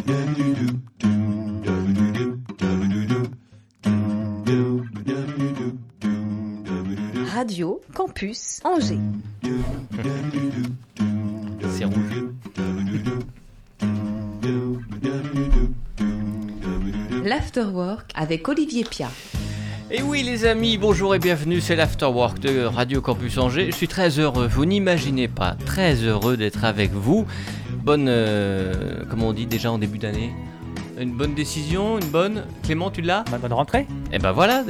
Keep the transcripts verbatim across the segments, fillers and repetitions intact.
Radio Campus Angers. C'est rouge. L'Afterwork avec Olivier Pia. Et oui les amis, bonjour et bienvenue, c'est l'Afterwork de Radio Campus Angers. Je suis très heureux, vous n'imaginez pas, très heureux d'être avec vous. Bonne, euh, comment on dit déjà en début d'année ? Une bonne décision, une bonne... Clément, tu l'as ? Bonne rentrée. Eh ben voilà.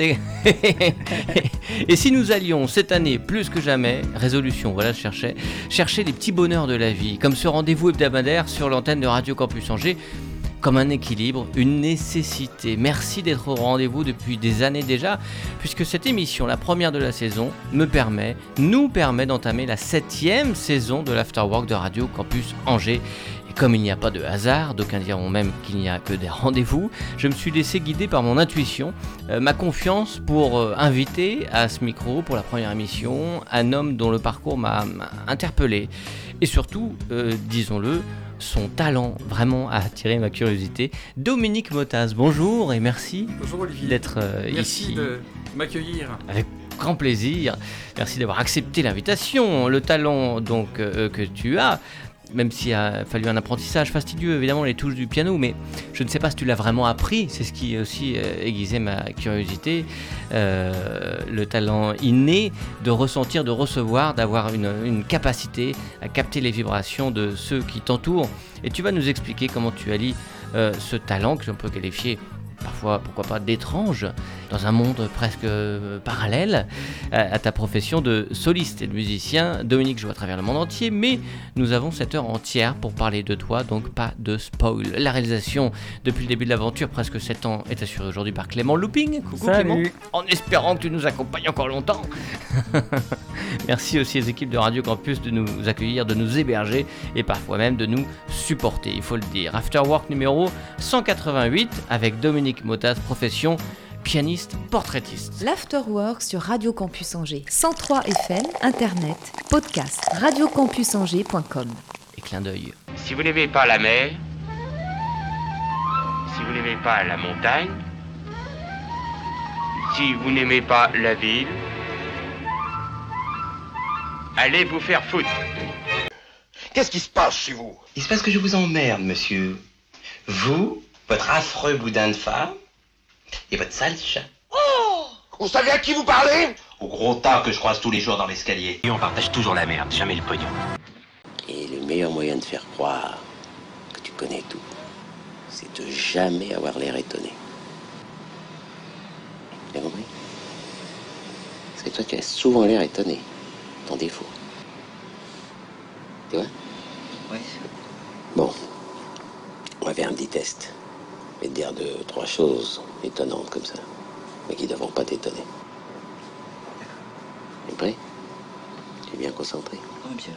Et si nous allions cette année, plus que jamais, résolution, voilà je cherchais, chercher les petits bonheurs de la vie, comme ce rendez-vous hebdomadaire sur l'antenne de Radio Campus Angers, comme un équilibre, une nécessité. Merci d'être au rendez-vous depuis des années déjà, puisque cette émission, la première de la saison, me permet, nous permet d'entamer la septième saison de l'Afterwork de Radio Campus Angers. Et comme il n'y a pas de hasard, d'aucuns diront même qu'il n'y a que des rendez-vous, je me suis laissé guider par mon intuition, euh, ma confiance pour euh, inviter à ce micro, pour la première émission, un homme dont le parcours m'a, m'a interpellé. Et surtout, euh, disons-le, son talent vraiment a attiré ma curiosité. Dominique Motaz, bonjour et merci bonjour Olivier. D'être euh, merci ici. Merci de m'accueillir. Avec grand plaisir. Merci d'avoir accepté l'invitation. Le talent donc euh, que tu as, même s'il a fallu un apprentissage fastidieux, évidemment, les touches du piano, mais je ne sais pas si tu l'as vraiment appris, c'est ce qui aussi euh, aiguisait ma curiosité, euh, le talent inné de ressentir, de recevoir, d'avoir une, une capacité à capter les vibrations de ceux qui t'entourent. Et tu vas nous expliquer comment tu allies euh, ce talent que l'on peut qualifier parfois, pourquoi pas, d'étrange, dans un monde presque euh, parallèle à, à ta profession de soliste et de musicien. Dominique joue à travers le monde entier, mais nous avons cette heure entière pour parler de toi, donc pas de spoil. La réalisation, depuis le début de l'aventure, presque sept ans, est assurée aujourd'hui par Clément Looping. Coucou Salut. Clément, en espérant que tu nous accompagnes encore longtemps. Merci aussi aux équipes de Radio Campus de nous accueillir, de nous héberger et parfois même de nous supporter, il faut le dire. Afterwork numéro cent quatre-vingt-huit avec Dominique Motaz, profession pianiste portraitiste. L'Afterwork sur Radio Campus Angers. cent trois F M, Internet, podcast, radio campus angers point com. Et clin d'œil. Si vous n'aimez pas la mer, si vous n'aimez pas la montagne, si vous n'aimez pas la ville, allez vous faire foutre. Qu'est-ce qui se passe chez vous? Il se passe que je vous emmerde, monsieur. Vous, votre affreux boudin de femme, et votre sale chat. Oh! Vous savez à qui vous parlez? Au gros tas que je croise tous les jours dans l'escalier. Et on partage toujours la merde, jamais le pognon. Et le meilleur moyen de faire croire que tu connais tout, c'est de jamais avoir l'air étonné. T'as compris? Parce que toi, tu as souvent l'air étonné. Ton défaut. Tu vois? Oui. Bon. On va faire un petit test. Je vais te dire deux, trois choses étonnantes comme ça, mais qui ne devront pas t'étonner. T'es prêt? Tu es bien concentré? Oui, monsieur.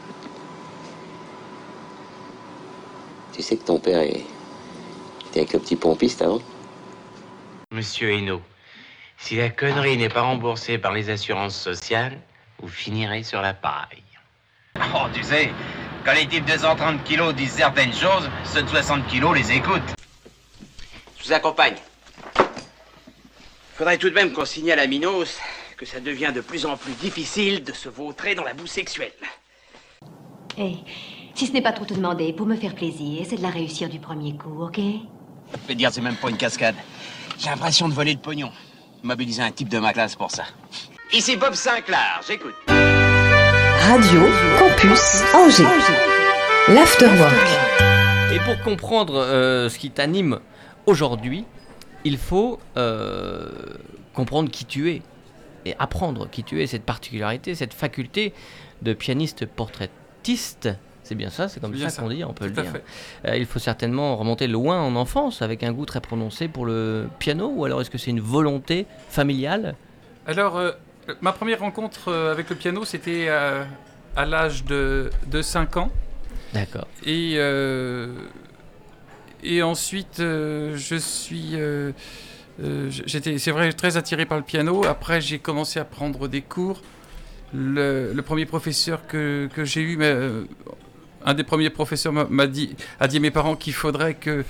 Tu sais que ton père est... était avec le petit pompiste avant? Monsieur Hainaut, si la connerie n'est pas remboursée par les assurances sociales, vous finirez sur la paille. Oh, tu sais, quand les types de cent trente kilos disent certaines choses, ceux de soixante kilos les écoutent. Je vous accompagne. Faudrait tout de même qu'on signale à Minos que ça devient de plus en plus difficile de se vautrer dans la boue sexuelle. Eh, hey, si ce n'est pas trop te demander, pour me faire plaisir, c'est de la réussir du premier coup, ok? Je vais te dire, c'est même pas une cascade. J'ai l'impression de voler le pognon. Mobiliser un type de ma classe pour ça. Ici Bob Sinclair, j'écoute. Radio Campus Angers. L'Afterwork. Et pour comprendre euh, ce qui t'anime aujourd'hui, il faut euh, comprendre qui tu es et apprendre qui tu es, cette particularité, cette faculté de pianiste portraitiste. C'est bien ça, c'est comme bien ça, ça qu'on dit, on peut Tout le à dire. fait. Euh, il faut certainement remonter loin en enfance avec un goût très prononcé pour le piano, ou alors est-ce que c'est une volonté familiale ? Alors, euh, ma première rencontre euh, avec le piano, c'était euh, à l'âge de, de cinq ans. D'accord. Et, euh, et ensuite, euh, je suis... Euh, euh, j'étais, c'est vrai, très attiré par le piano. Après, j'ai commencé à prendre des cours. Le, le premier professeur que, que j'ai eu, mais, euh, un des premiers professeurs m'a, m'a dit, a dit à mes parents qu'il faudrait que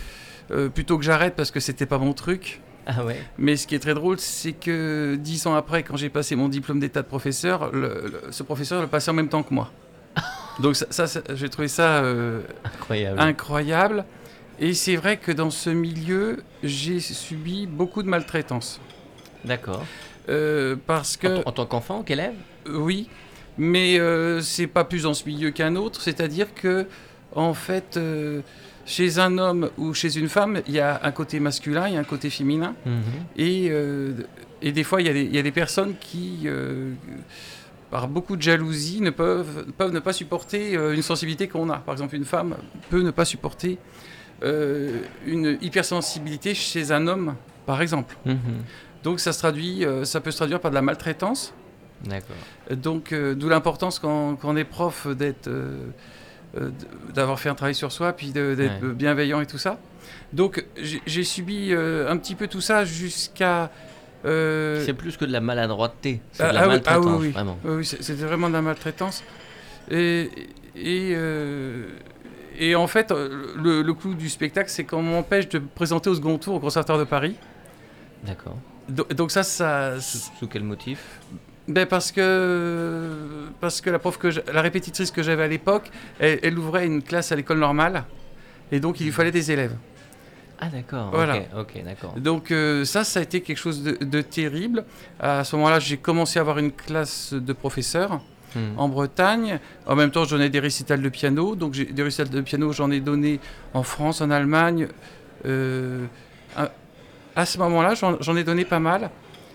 euh, plutôt que j'arrête parce que c'était pas mon truc. Ah ouais. Mais ce qui est très drôle, c'est que dix ans après, quand j'ai passé mon diplôme d'état de professeur, le, le, ce professeur le passait en même temps que moi. Donc ça, ça, ça j'ai trouvé ça euh, incroyable. incroyable. Et c'est vrai que dans ce milieu, j'ai subi beaucoup de maltraitance. D'accord. Euh, parce que... En, t- en tant qu'enfant, qu'élève ? euh, Oui, mais euh, c'est pas plus dans ce milieu qu'un autre. C'est-à-dire que, en fait, euh, chez un homme ou chez une femme, il y a un côté masculin, il y a un côté féminin. Mmh. Et, euh, et des fois, il y, y a des personnes qui, euh, par beaucoup de jalousie, ne peuvent, peuvent ne pas supporter euh, une sensibilité qu'on a. Par exemple, une femme peut ne pas supporter euh, une hypersensibilité chez un homme, par exemple. Mmh. Donc ça se traduit, euh, ça peut se traduire par de la maltraitance. D'accord. Donc euh, d'où l'importance quand, quand on est prof d'être, euh, euh, d'avoir fait un travail sur soi, puis de, d'être ouais. bienveillant et tout ça. Donc j'ai, j'ai subi euh, un petit peu tout ça jusqu'à... Euh... C'est plus que de la maladroiteté, c'est ah, de la ah, maltraitance, ah, oui, oui. vraiment. Oui, c'était vraiment de la maltraitance. Et, et, euh, et en fait, le, le clou du spectacle, c'est qu'on m'empêche de me présenter au second tour au Conservatoire de Paris. D'accord. Donc ça, ça... Sous, sous quel motif ? Ben parce que parce que la prof que je, la répétitrice que j'avais à l'époque, elle, elle ouvrait une classe à l'école normale, et donc il lui fallait des élèves. Ah d'accord. Voilà. Ok, ok, d'accord. Donc euh, ça, ça a été quelque chose de, de terrible. À ce moment-là, j'ai commencé à avoir une classe de professeurs mmh. en Bretagne. En même temps, je donnais des récitals de piano. Donc j'ai, des récitals de piano, j'en ai donné en France, en Allemagne. Euh, à, À ce moment-là, j'en, j'en ai donné pas mal.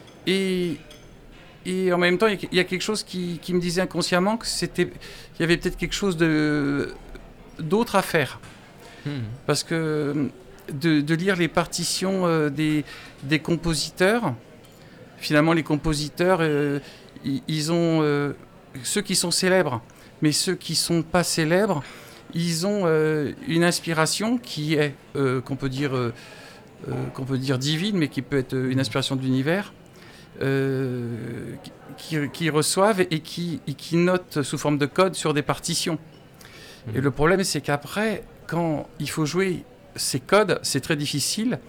Et, et en même temps, il y a quelque chose qui, qui me disait inconsciemment que c'était, qu'il y avait peut-être quelque chose de, d'autre à faire. Mmh. Parce que de, de lire les partitions euh, des, des compositeurs, finalement, les compositeurs, euh, ils, ils ont... Euh, ceux qui sont célèbres, mais ceux qui ne sont pas célèbres, ils ont euh, une inspiration qui est, euh, qu'on peut dire... Euh, Euh, qu'on peut dire divine, mais qui peut être une inspiration de l'univers, euh, qui, qui reçoivent et qui, et qui notent sous forme de code sur des partitions. Mmh. Et le problème, c'est qu'après, quand il faut jouer ces codes, c'est très difficile,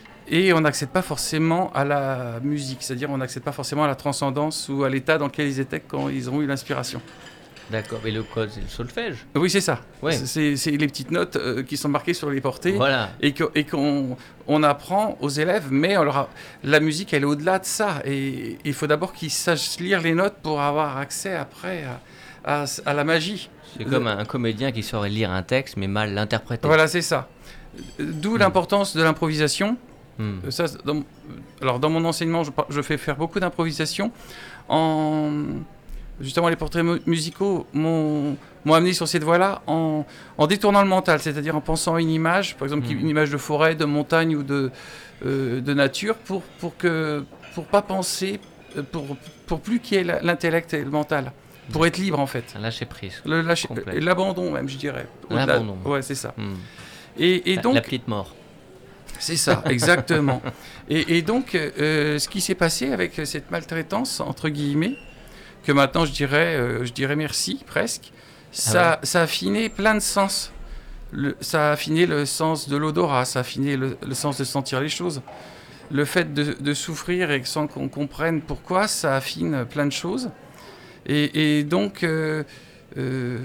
et on n'accède pas forcément à la musique, c'est-à-dire on n'accède pas forcément à la transcendance ou à l'état dans lequel ils étaient quand ils ont eu l'inspiration. D'accord, mais le code, c'est le solfège. Oui, c'est ça. Ouais. C'est, c'est les petites notes euh, qui sont marquées sur les portées, voilà. et, que, et qu'on on apprend aux élèves, mais on leur a, la musique, elle est au-delà de ça. Et il faut d'abord qu'ils sachent lire les notes pour avoir accès après à, à, à la magie. C'est Le... comme un, un comédien qui saurait lire un texte, mais mal l'interpréter. Voilà, c'est ça. D'où mmh. l'importance de l'improvisation. Mmh. Ça, dans, alors, dans mon enseignement, je, je fais faire beaucoup d'improvisation en... Justement, les portraits mu- musicaux m'ont, m'ont amené sur cette voie-là en, en détournant le mental, c'est-à-dire en pensant à une image, par exemple mmh. une image de forêt, de montagne ou de, euh, de nature, pour pour que pour pas penser, pour pour plus qu'il y ait l'intellect et le mental, pour être libre en fait. Lâcher prise. Le lâcher, l'abandon même, je dirais. L'abandon. La, ouais, c'est ça. Mmh. Et, et la, donc la petite mort. C'est ça, exactement. et, et donc, euh, ce qui s'est passé avec cette maltraitance entre guillemets, que maintenant je dirais, euh, je dirais merci presque, ça, ah ouais. ça a affiné plein de sens. Le, ça a affiné le sens de l'odorat, ça a affiné le, le sens de sentir les choses. Le fait de, de souffrir et sans qu'on comprenne pourquoi, ça affine plein de choses. Et, et donc, euh, euh,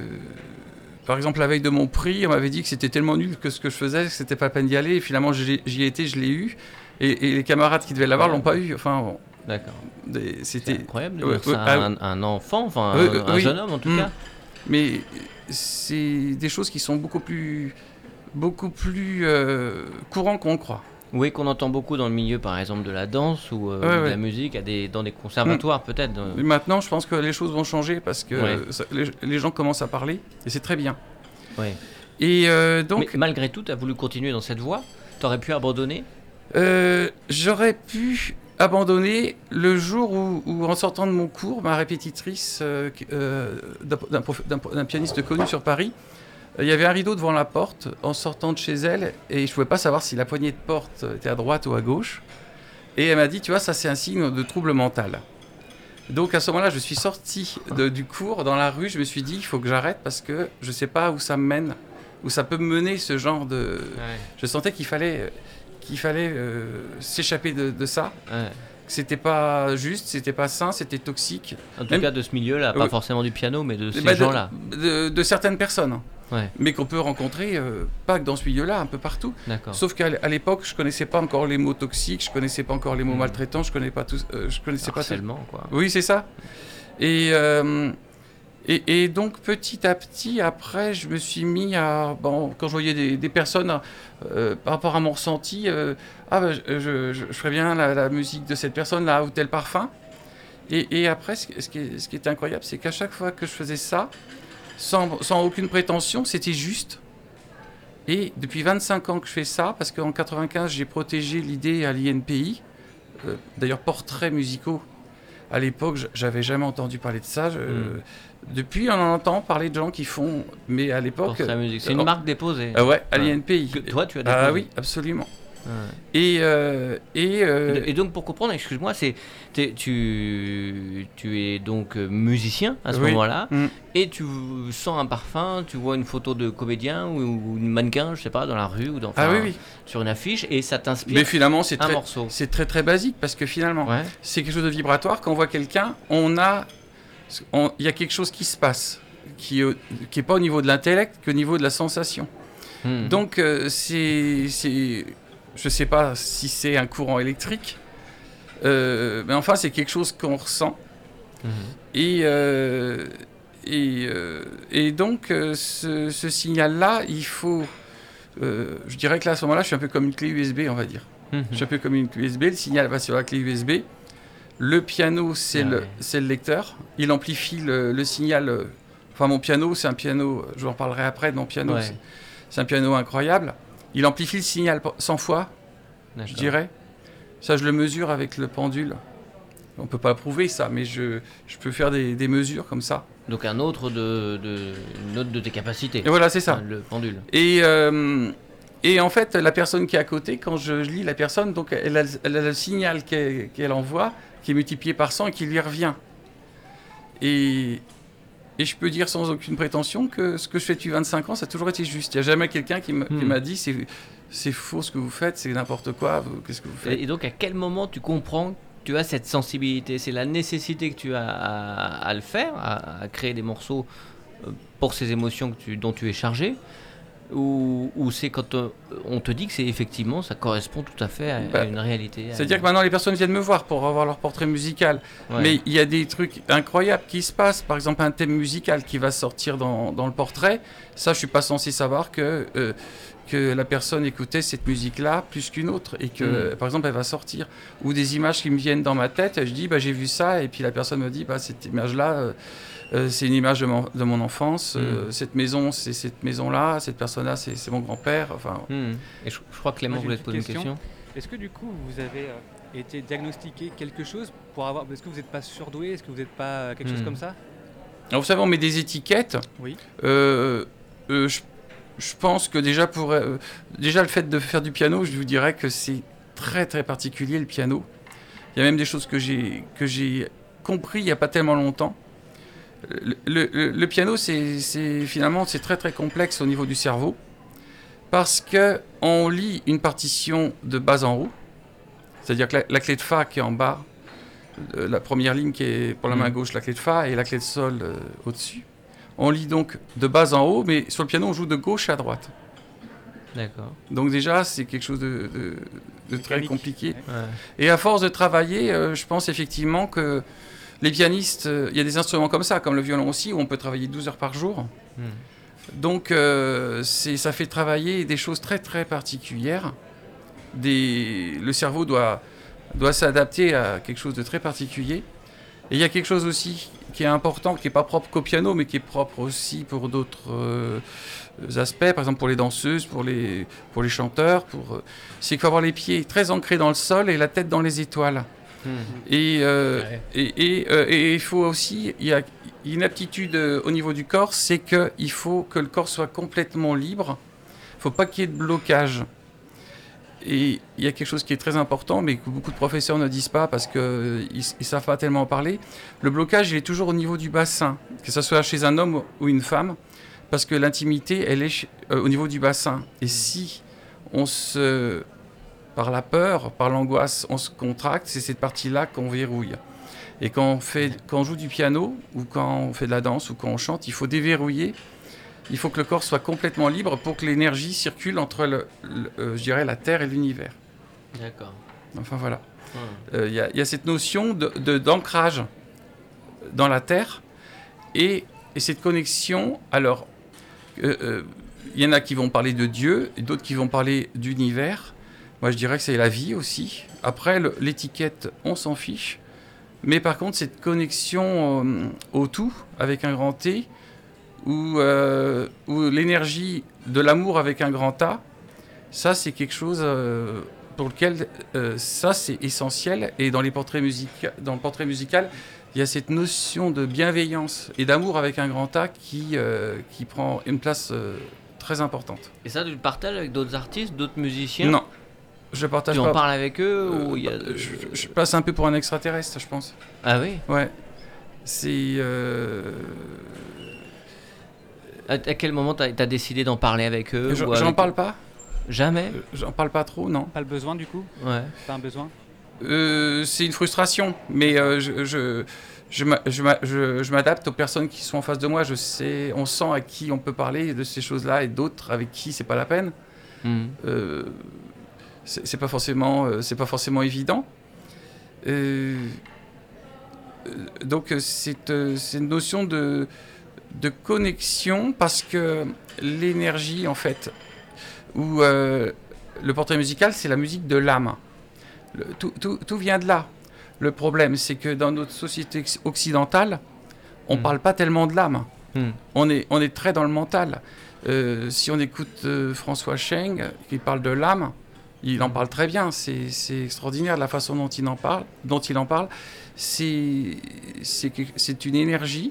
par exemple, la veille de mon prix, on m'avait dit que c'était tellement nul que ce que je faisais, que c'était pas la peine d'y aller. Et finalement, j'y, j'y ai été, je l'ai eu. Et, et les camarades qui devaient l'avoir ouais. l'ont pas eu. Enfin, bon. D'accord. Des, c'était c'est incroyable de dire euh, ça à un, un enfant, enfin euh, un, un oui. jeune homme en tout mmh. cas. Mais c'est des choses qui sont beaucoup plus, beaucoup plus euh, courantes qu'on croit. Oui, qu'on entend beaucoup dans le milieu, par exemple, de la danse ou euh, ouais, de ouais. la musique, à des, dans des conservatoires mmh. peut-être. Euh... Maintenant, je pense que les choses vont changer parce que ouais. ça, les, les gens commencent à parler et c'est très bien. Ouais. Et euh, donc, mais malgré tout, tu as voulu continuer dans cette voie ? Tu aurais pu abandonner ? euh, J'aurais pu abandonné le jour où, où, en sortant de mon cours, ma répétitrice euh, euh, d'un, prof, d'un, d'un pianiste connu sur Paris, euh, il y avait un rideau devant la porte en sortant de chez elle et je ne pouvais pas savoir si la poignée de porte était à droite ou à gauche. Et elle m'a dit, tu vois, ça c'est un signe de trouble mental. Donc à ce moment-là, je suis sorti de, du cours dans la rue, je me suis dit, il faut que j'arrête parce que je ne sais pas où ça me mène où ça peut mener ce genre de... Ouais. Je sentais qu'il fallait, qu'il fallait euh, s'échapper de, de ça. Ouais. C'était pas juste, c'était pas sain, c'était toxique. En tout Même- cas, de ce milieu-là, pas Oui. forcément du piano, mais de ces Bah, de- gens-là. De, de certaines personnes, Ouais, mais qu'on peut rencontrer euh, pas que dans ce milieu-là, un peu partout. d'accord. Sauf qu'à l- à l'époque, je connaissais pas encore les mots toxiques, je connaissais pas encore les mots Mhm. maltraitants, je connaissais pas tout, euh, je connaissais pas tout. Harcèlement, quoi. Oui, c'est ça. Et, euh, et, et donc, petit à petit, après, je me suis mis à... Bon, quand je voyais des, des personnes, euh, par rapport à mon ressenti, euh, ah, bah, je, je, je ferais bien la, la musique de cette personne-là, ou tel parfum. Et, et après, ce, qui- ce, qui, est- ce qui était incroyable, c'est qu'à chaque fois que je faisais ça, sans, sans aucune prétention, c'était juste. Et depuis vingt-cinq ans que je fais ça, parce qu'en quatre-vingt-quinze, j'ai protégé l'idée à l'I N P I, euh, d'ailleurs, portraits musicaux. À l'époque, j- j'avais jamais entendu parler de ça. Je- Mm. Depuis, on en entend parler de gens qui font, mais à l'époque... Portrait musique. C'est une euh, marque déposée. ah ouais, à Ouais. l'I N P I. Que toi, tu as déposé. Ah oui, absolument. Ouais. Et, euh, et, euh, Et donc pour comprendre, excuse-moi, c'est t'es- tu tu es donc euh, musicien à ce Oui. moment-là Mm. et tu sens un parfum, tu vois une photo de comédien ou, ou une mannequin, je sais pas, dans la rue ou dans, ah enfin, oui, oui. sur une affiche et ça t'inspire Mais finalement, c'est un très, morceau. c'est très très basique parce que finalement, Ouais. c'est quelque chose de vibratoire. Quand on voit quelqu'un, on a, on- il y a quelque chose qui se passe, qui est, au- qui est pas au niveau de l'intellect, qu'au niveau de la sensation. Hmm. Donc euh, c'est, c'est, je sais pas si c'est un courant électrique, euh, mais enfin c'est quelque chose qu'on ressent. Mhm. Et, euh, et, euh, et donc, euh, ce, ce signal-là, il faut... euh, je dirais que là, à ce moment-là, je suis un peu comme une clé U S B, on va dire. Mhm. Je suis un peu comme une clé U S B, le signal va sur la clé U S B. Le piano, c'est, Ah le, ouais. c'est le lecteur. Il amplifie le, le signal. euh, Enfin, mon piano, c'est un piano... Je vous en parlerai après de mon piano. Ouais. C'est, c'est un piano incroyable. Il amplifie le signal cent fois, je D'accord. dirais. Ça, je le mesure avec le pendule. On peut pas prouver ça, mais je, je peux faire des, des mesures comme ça. Donc un autre de, de une autre de tes capacités. Et voilà, c'est ça. Enfin, le pendule. Et, euh, et en fait, la personne qui est à côté, quand je, je lis la personne, donc elle a, elle a le signal qu'elle, qu'elle envoie, qui est multiplié par cent et qui lui revient. Et, et je peux dire sans aucune prétention que ce que je fais depuis vingt-cinq ans, ça a toujours été juste. Il n'y a jamais quelqu'un qui, m- qui Hmm. m'a dit c'est, c'est faux ce que vous faites, c'est n'importe quoi, vous- qu'est-ce que vous faites. Et, et donc à quel moment tu comprends que tu as cette sensibilité? C'est la nécessité que tu as à, à le faire, à, à créer des morceaux euh, pour ces émotions que tu, dont tu es chargé, ou, ou c'est quand euh, on te dit que c'est effectivement ça correspond tout à fait à, à Bah, une réalité. à C'est-à-dire une- que maintenant les personnes viennent me voir pour avoir leur portrait musical. Ouais. Mais il y a des trucs incroyables qui se passent. Par exemple, un thème musical qui va sortir dans, dans le portrait. Ça, je suis pas censé savoir que, euh, que la personne écoutait cette musique-là plus qu'une autre. Et que, Mm. par exemple, elle va sortir. Ou des images qui me viennent dans ma tête. Je dis, bah, j'ai vu ça. Et puis la personne me dit, bah, cette image-là, euh, euh, c'est une image de mon, de mon enfance. Euh, cette maison, c'est cette maison-là. Cette personne-là, c'est c'est mon grand-père. Enfin, Hmm. Et je, je crois que Clément Moi, j'ai voulait une te poser une petite question. Est-ce que du coup vous avez euh, été diagnostiqué quelque chose pour avoir. Est-ce que vous n'êtes pas surdoué? Est-ce que vous n'êtes pas euh, quelque chose Hmm. comme ça? Alors, vous savez, on met des étiquettes. Oui. Euh, euh, je, je pense que déjà, pour, euh, déjà, le fait de faire du piano, je vous dirais que c'est très, très particulier, le piano. Il y a même des choses que j'ai, que j'ai compris il n'y a pas tellement longtemps. Le, le- le- le piano, c'est, c'est, finalement, c'est très, très complexe au niveau du cerveau. Parce qu'on lit une partition de bas en haut. C'est-à-dire que la, la clé de Fa qui est en bas, euh, la première ligne qui est pour la main Mhm. gauche, la clé de Fa, et la clé de Sol euh, au-dessus. On lit donc de bas en haut, mais sur le piano, on joue de gauche à droite. D'accord. Donc déjà, c'est quelque chose de, de- de très Mécanique. compliqué. Ouais. Ouais. Et à force de travailler, euh, je pense effectivement que les pianistes, euh, il y a des instruments comme ça, comme le violon aussi, où on peut travailler douze heures par jour. Hmm. Donc euh, c'est, ça fait travailler des choses très très particulières. Des, le cerveau doit, doit s'adapter à quelque chose de très particulier. Et il y a quelque chose aussi qui est important, qui n'est pas propre qu'au piano, mais qui est propre aussi pour d'autres euh, aspects, par exemple pour les danseuses, pour les, pour les chanteurs. Pour, euh, c'est qu'il faut avoir les pieds très ancrés dans le sol et la tête dans les étoiles. Hmm. Et euh, Ouais. et, et, euh, et il faut aussi, il y a une aptitude euh, au niveau du corps, c'est qu'il faut que le corps soit complètement libre. Il ne faut pas qu'il y ait de blocage. Et il y a quelque chose qui est très important, mais que beaucoup de professeurs ne disent pas parce qu'ils ne savent pas tellement en parler. Le blocage, il est toujours au niveau du bassin, que ce soit chez un homme ou une femme. parce que l'intimité, elle est euh, au niveau du bassin. Et si on se, par la peur, par l'angoisse, on se contracte, c'est cette partie-là qu'on verrouille. Et quand on, fait, quand on joue du piano, ou quand on fait de la danse, ou quand on chante, il faut déverrouiller. Il faut que le corps soit complètement libre pour que l'énergie circule entre, le, le, euh, je dirais, la Terre et l'univers. D'accord. Enfin, voilà. Il euh, y, y a cette notion de, de, d'ancrage dans la Terre et, et cette connexion. Alors, il euh, euh, y en a qui vont parler de Dieu et d'autres qui vont parler d'univers. Moi, je dirais que c'est la vie aussi. Après, le, l'étiquette, on s'en fiche. Mais par contre, cette connexion euh, au tout, avec un grand T, ou euh, l'énergie de l'amour avec un grand A, ça, c'est quelque chose euh, pour lequel, euh, ça, c'est essentiel. Et dans, les portraits musica- dans le portrait musical, il y a cette notion de bienveillance et d'amour avec un grand A qui, euh, qui prend une place euh, très importante. Et ça, tu le partages avec d'autres artistes, d'autres musiciens ? Non. Je partage tu pas. en parles avec eux euh, ou y a... je, je passe un peu pour un extraterrestre, je pense. Ah oui ? Ouais. C'est... Euh... À, à quel moment t'as, t'as décidé d'en parler avec eux ? Je, ou j'en avec... parle pas. Jamais ? euh, J'en parle pas trop, non. Pas le besoin du coup ? Ouais. Pas un besoin ? euh, C'est une frustration, mais euh, je, je, je, je, je, je m'adapte aux personnes qui sont en face de moi. Je sais, on sent à qui on peut parler de ces choses-là et d'autres avec qui c'est pas la peine. Mmh. Euh, c'est, c'est pas forcément, euh, c'est pas forcément évident. Euh, donc c'est, euh, c'est une notion de, de connexion parce que l'énergie en fait, ou euh, le portrait musical, c'est la musique de l'âme. Le, tout, tout, tout vient de là. Le problème, c'est que dans notre société occidentale, on mmh. parle pas tellement de l'âme. Mmh. On est, on est très dans le mental. Euh, si on écoute euh, François Cheng, qui parle de l'âme, il en parle très bien. C'est, c'est extraordinaire de la façon dont il en parle. Dont il en parle. C'est, c'est, c'est une énergie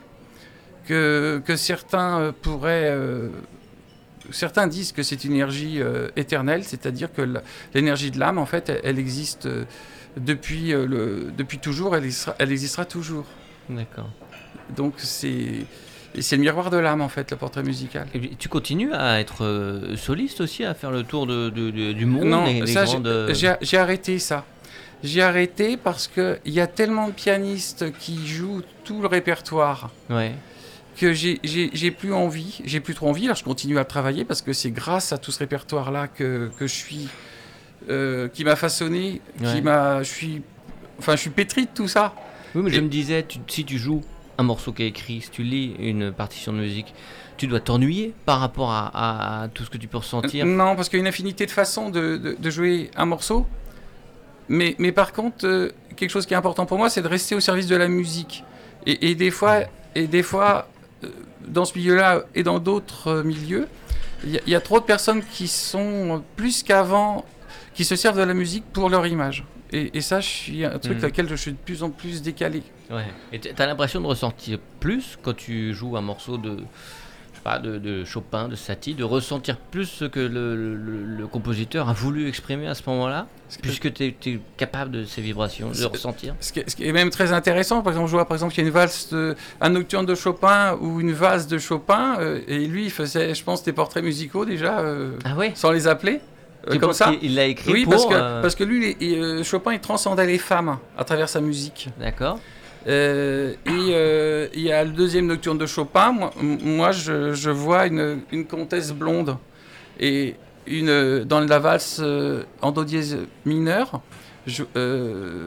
que, que certains euh, pourraient... Euh, certains disent que c'est une énergie euh, éternelle, c'est-à-dire que l'énergie de l'âme, en fait, elle, elle existe euh, depuis, euh, le, depuis toujours, elle existera, elle existera toujours. D'accord. Donc c'est... Et c'est le miroir de l'âme, en fait, le portrait musical. Et tu continues à être euh, soliste aussi, à faire le tour de, de, de, du monde Non, les, les ça, grandes... j'ai, j'ai, j'ai arrêté ça. J'ai arrêté parce qu'il y a tellement de pianistes qui jouent tout le répertoire ouais. que j'ai, j'ai, j'ai plus envie, j'ai plus trop envie. Alors je continue à travailler parce que c'est grâce à tout ce répertoire-là que, que je suis... Euh, qui m'a façonné, ouais. qui m'a... Je suis... Enfin, je suis pétri de tout ça. Oui, mais Et... je me disais, tu, si tu joues un morceau qui est écrit, si tu lis une partition de musique, tu dois t'ennuyer par rapport à, à, à tout ce que tu peux ressentir. Non, parce qu'il y a une infinité de façons de, de, de jouer un morceau. Mais, mais par contre, euh, quelque chose qui est important pour moi, c'est de rester au service de la musique. Et, et des fois, et des fois euh, dans ce milieu-là et dans d'autres euh, milieux, il y, y a trop de personnes qui sont plus qu'avant, qui se servent de la musique pour leur image. Et, et ça, je suis un truc mmh. lequel je suis de plus en plus décalé. Ouais. Et t'as l'impression de ressentir plus quand tu joues un morceau de, je sais pas, de, de Chopin, de Satie, de ressentir plus ce que le, le, le compositeur a voulu exprimer à ce moment-là, puisque tu es capable de ces vibrations, de ressentir. Ce qui, est, ce qui est même très intéressant, par exemple, je vois par exemple qu'il y a une valse, de, un nocturne de Chopin ou une valse de Chopin, euh, et lui, il faisait, je pense, des portraits musicaux déjà, euh, ah ouais sans les appeler. Euh, comme ça. Il l'a écrit oui, pour... parce que, euh... parce que lui, il, euh, Chopin, il transcendait les femmes à travers sa musique. D'accord. Euh, et euh, il y a le deuxième nocturne de Chopin. Moi, moi je, je vois une, une comtesse blonde. Et une, dans la valse euh, en do dièse mineur, je, euh,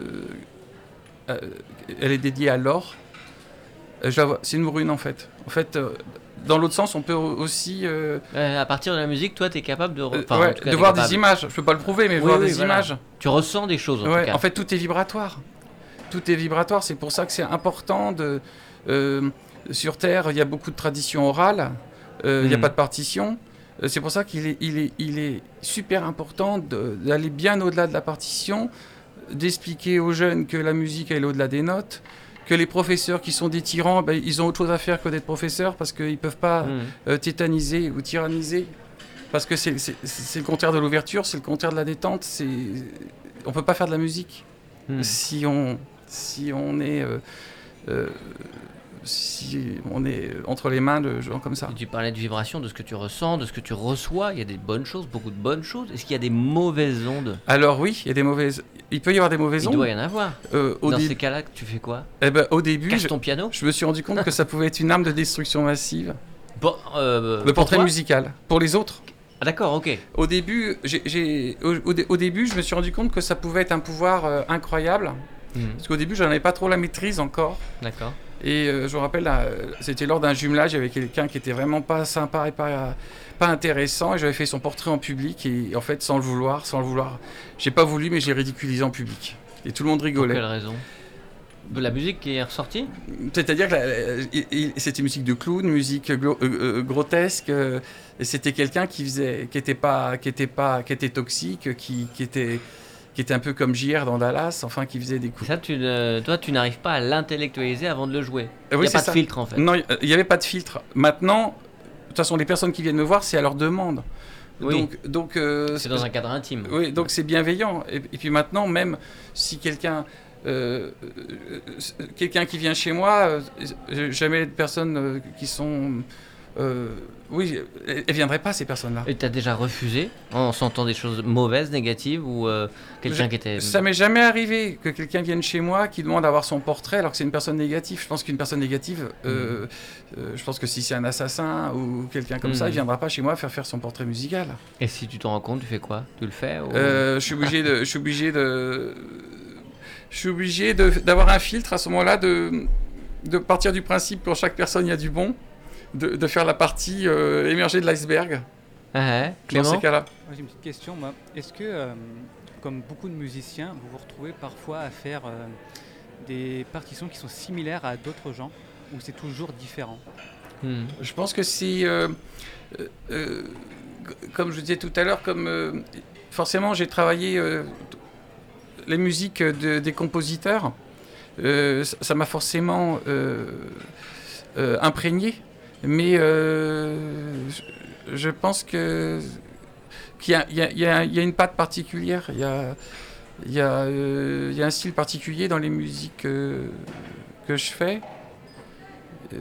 euh, elle est dédiée à l'or. C'est une brune, en fait. En fait... Euh, Dans l'autre sens, on peut aussi... Euh, euh, à partir de la musique, toi, tu es capable de, re... enfin, ouais, en tout cas, de voir capable. des images. Je ne peux pas le prouver, mais oui, voir oui, des voilà. images. Tu ressens des choses, en ouais, tout cas. En fait, tout est vibratoire. Tout est vibratoire. C'est pour ça que c'est important. De, euh, sur Terre, il y a beaucoup de traditions orales. Euh, il n'y mmh. a pas de partition. Euh, c'est pour ça qu'il est, il est, il est super important de, d'aller bien au-delà de la partition, d'expliquer aux jeunes que la musique, elle est au-delà des notes. Que les professeurs qui sont des tyrans, ben, ils ont autre chose à faire que d'être professeurs parce qu'ils ne peuvent pas mmh. euh, tétaniser ou tyranniser. Parce que c'est, c'est, c'est le contraire de l'ouverture, c'est le contraire de la détente. C'est... On ne peut pas faire de la musique mmh. si, on, si on est euh, euh, si on est entre les mains de gens comme ça. Et tu parlais de vibrations, de ce que tu ressens, de ce que tu reçois. Il y a des bonnes choses, beaucoup de bonnes choses. Est-ce qu'il y a des mauvaises ondes ? Alors oui, il y a des mauvaises. Il peut y avoir des mauvaises Il ondes. Il doit y en avoir. Euh, au Dans dé... ces cas-là, tu fais quoi ? Eh ben, au début, Cache je... ton piano. Je me suis rendu compte que ça pouvait être une arme de destruction massive. Bon, euh, le portrait toi musical. Pour les autres. Ah d'accord, ok. Au début, j'ai, j'ai, au, au, au début, je me suis rendu compte que ça pouvait être un pouvoir euh, incroyable. Mmh. Parce qu'au début, j'en avais pas trop la maîtrise encore. D'accord. Et euh, je me rappelle, là, c'était lors d'un jumelage avec quelqu'un qui était vraiment pas sympa et pas, pas intéressant. Et j'avais fait son portrait en public. Et en fait, sans le vouloir, sans le vouloir, j'ai pas voulu, mais j'ai ridiculisé en public. Et tout le monde rigolait. Pour quelle raison ? De la musique qui est ressortie ? C'est-à-dire que la, la, c'était musique de clown, musique glo, euh, grotesque, euh, et c'était quelqu'un qui faisait, qui était pas, qui était pas, qui était toxique, qui, qui était, qui était un peu comme J R dans Dallas, enfin qui faisait des coups. Ça, tu, euh, toi, tu n'arrives pas à l'intellectualiser avant de le jouer. Il euh, oui, n'y a pas ça. de filtre en fait. Non, il n'y avait pas de filtre. Maintenant, de toute façon, les personnes qui viennent me voir, c'est à leur demande. Oui. Donc, donc euh, c'est dans un cadre intime. Oui, donc c'est bienveillant. Et, et puis maintenant, même si quelqu'un Euh, euh, quelqu'un qui vient chez moi, euh, jamais de personnes euh, qui sont... Euh, oui, elles ne viendraient pas, ces personnes-là. Et tu as déjà refusé en sentant des choses mauvaises, négatives, ou euh, quelqu'un Je, qui était... Ça m'est jamais arrivé que quelqu'un vienne chez moi qui demande à avoir son portrait alors que c'est une personne négative. Je pense qu'une personne négative, euh, mmh. euh, je pense que si c'est un assassin ou quelqu'un comme mmh. ça, il ne viendra pas chez moi faire faire son portrait musical. Et si tu t'en rends compte, tu fais quoi ? Tu le fais ou... euh, Je suis obligé de... Je suis obligé de Je suis obligé de, d'avoir un filtre à ce moment-là, de, de partir du principe que pour chaque personne il y a du bon, de, de faire la partie euh, émergée de l'iceberg. Ah ouais, dans ces cas-là. Moi, j'ai une petite question. Moi. Est-ce que, euh, comme beaucoup de musiciens, vous vous retrouvez parfois à faire euh, des partitions qui sont similaires à d'autres gens, ou c'est toujours différent ? hmm. Je pense que c'est, euh, euh, comme je disais tout à l'heure, comme euh, forcément j'ai travaillé... Euh, les musiques de, des compositeurs, euh, ça, ça m'a forcément euh, euh, imprégné, mais euh, je, je pense que qu'il y a, il y a, il y a, il y a une patte particulière, il y a, il y a, euh, il y a un style particulier dans les musiques euh, que je fais. Euh,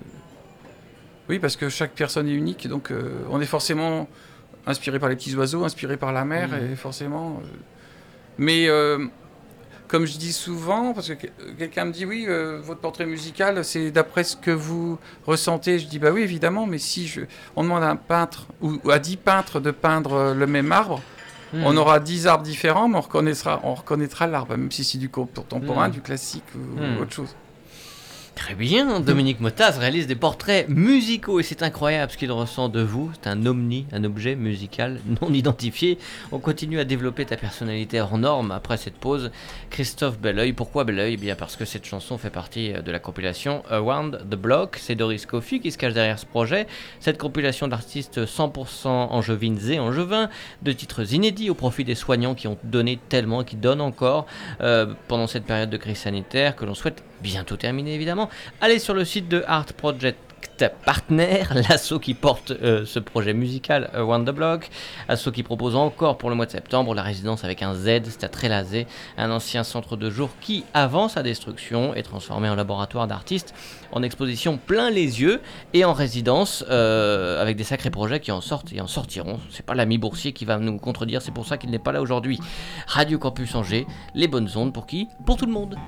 oui, parce que chaque personne est unique, donc euh, on est forcément inspiré par les petits oiseaux, inspiré par la mer, mmh. et forcément... Euh, Mais euh, comme je dis souvent, parce que quelqu'un me dit oui, euh, votre portrait musical, c'est d'après ce que vous ressentez. Je dis bah oui, évidemment, mais si je, on demande à un peintre ou, ou à dix peintres de peindre le même arbre, mmh. on aura dix arbres différents, mais on reconnaîtra, on reconnaîtra l'arbre, même si c'est du contemporain, mmh. du classique ou mmh. autre chose. Très bien, Dominique Mottaz réalise des portraits musicaux et c'est incroyable ce qu'il ressent de vous. C'est un omni, un objet musical non identifié. On continue à développer ta personnalité hors norme après cette pause. Christophe Belleuil, pourquoi Belleuil ? Eh bien parce que cette chanson fait partie de la compilation Around the Block. C'est Doris Coffey qui se cache derrière ce projet. Cette compilation d'artistes cent pour cent angevines et angevins, de titres inédits au profit des soignants qui ont donné tellement et qui donnent encore euh, pendant cette période de crise sanitaire que l'on souhaite bientôt terminer évidemment. Allez sur le site de Art Project Partner, l'asso qui porte euh, ce projet musical Around the Block, asso qui propose encore pour le mois de septembre la résidence avec un Z, c'est à Trélazé, un ancien centre de jour qui, avant sa destruction, est transformé en laboratoire d'artistes, en exposition plein les yeux et en résidence euh, avec des sacrés projets qui en sortent et en sortiront. C'est pas l'ami boursier qui va nous contredire, c'est pour ça qu'il n'est pas là aujourd'hui. Radio Campus Angers, les bonnes ondes pour qui ? Pour tout le monde.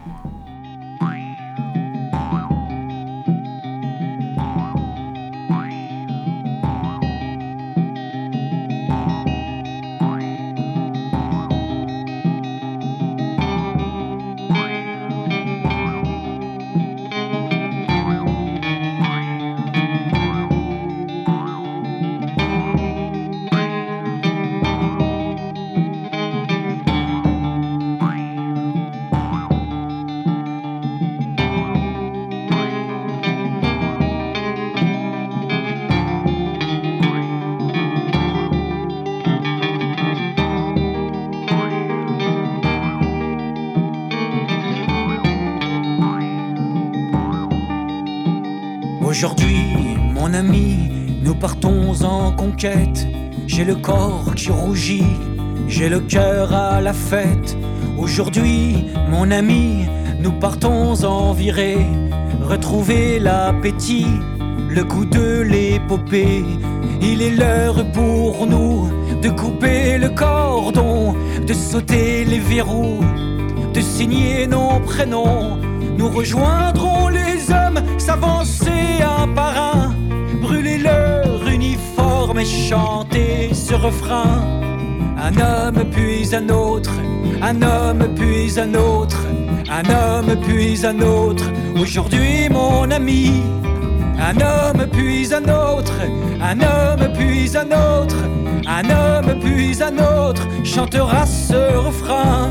Aujourd'hui, mon ami, nous partons en conquête. J'ai le corps qui rougit, j'ai le cœur à la fête. Aujourd'hui, mon ami, nous partons en virée, retrouver l'appétit, le goût de l'épopée. Il est l'heure pour nous de couper le cordon, de sauter les verrous, de signer nos prénoms. Nous rejoindrons les hommes, s'avancer un par un, brûler leur uniforme et chanter ce refrain. Un homme puis un autre, un homme puis un autre, un homme puis un autre. Aujourd'hui mon ami, un homme puis un autre, un homme puis un autre, un homme puis un autre chantera ce refrain.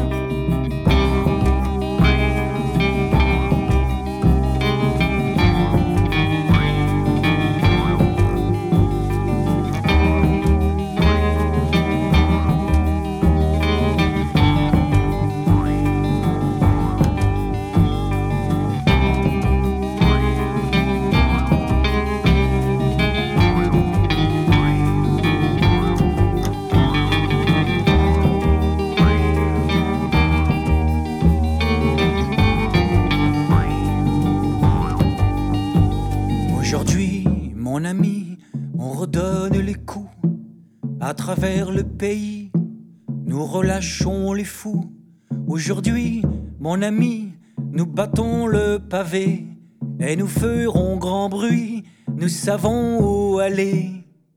À travers le pays, nous relâchons les fous. Aujourd'hui, mon ami, nous battons le pavé et nous ferons grand bruit, nous savons où aller.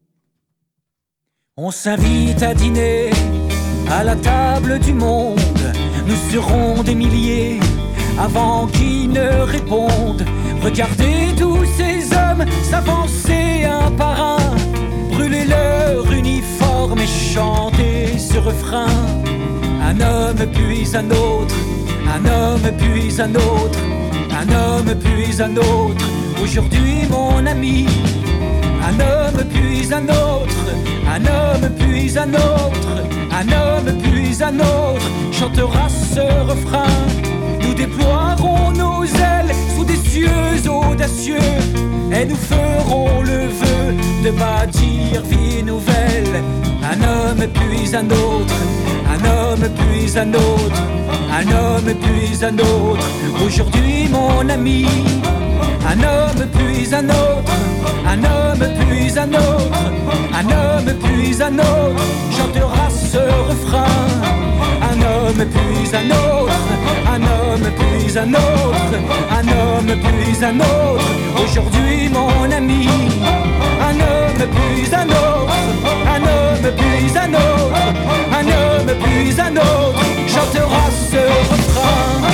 On s'invite à dîner à la table du monde. Nous serons des milliers avant qu'ils ne répondent. Regardez tous ces hommes s'avancer un par un, brûler leur uniforme et chanter ce refrain. Un homme puis un autre, un homme puis un autre, un homme puis un autre. Aujourd'hui mon ami, un homme puis un autre, un homme puis un autre, un homme puis un autre chantera ce refrain. Nous déploierons nos ailes sous des cieux audacieux et nous ferons le vœu de bâtir vie nouvelle. Un homme puis un autre, un homme puis un autre, un homme puis un autre. Aujourd'hui mon ami, un homme puis un autre, un homme puis un autre, un homme puis un autre chantera ce refrain. Un homme puis un autre, un homme puis un autre, un homme puis un autre. Aujourd'hui mon ami, un homme puis un autre, un homme puis un autre, un homme puis un autre chantera ce refrain.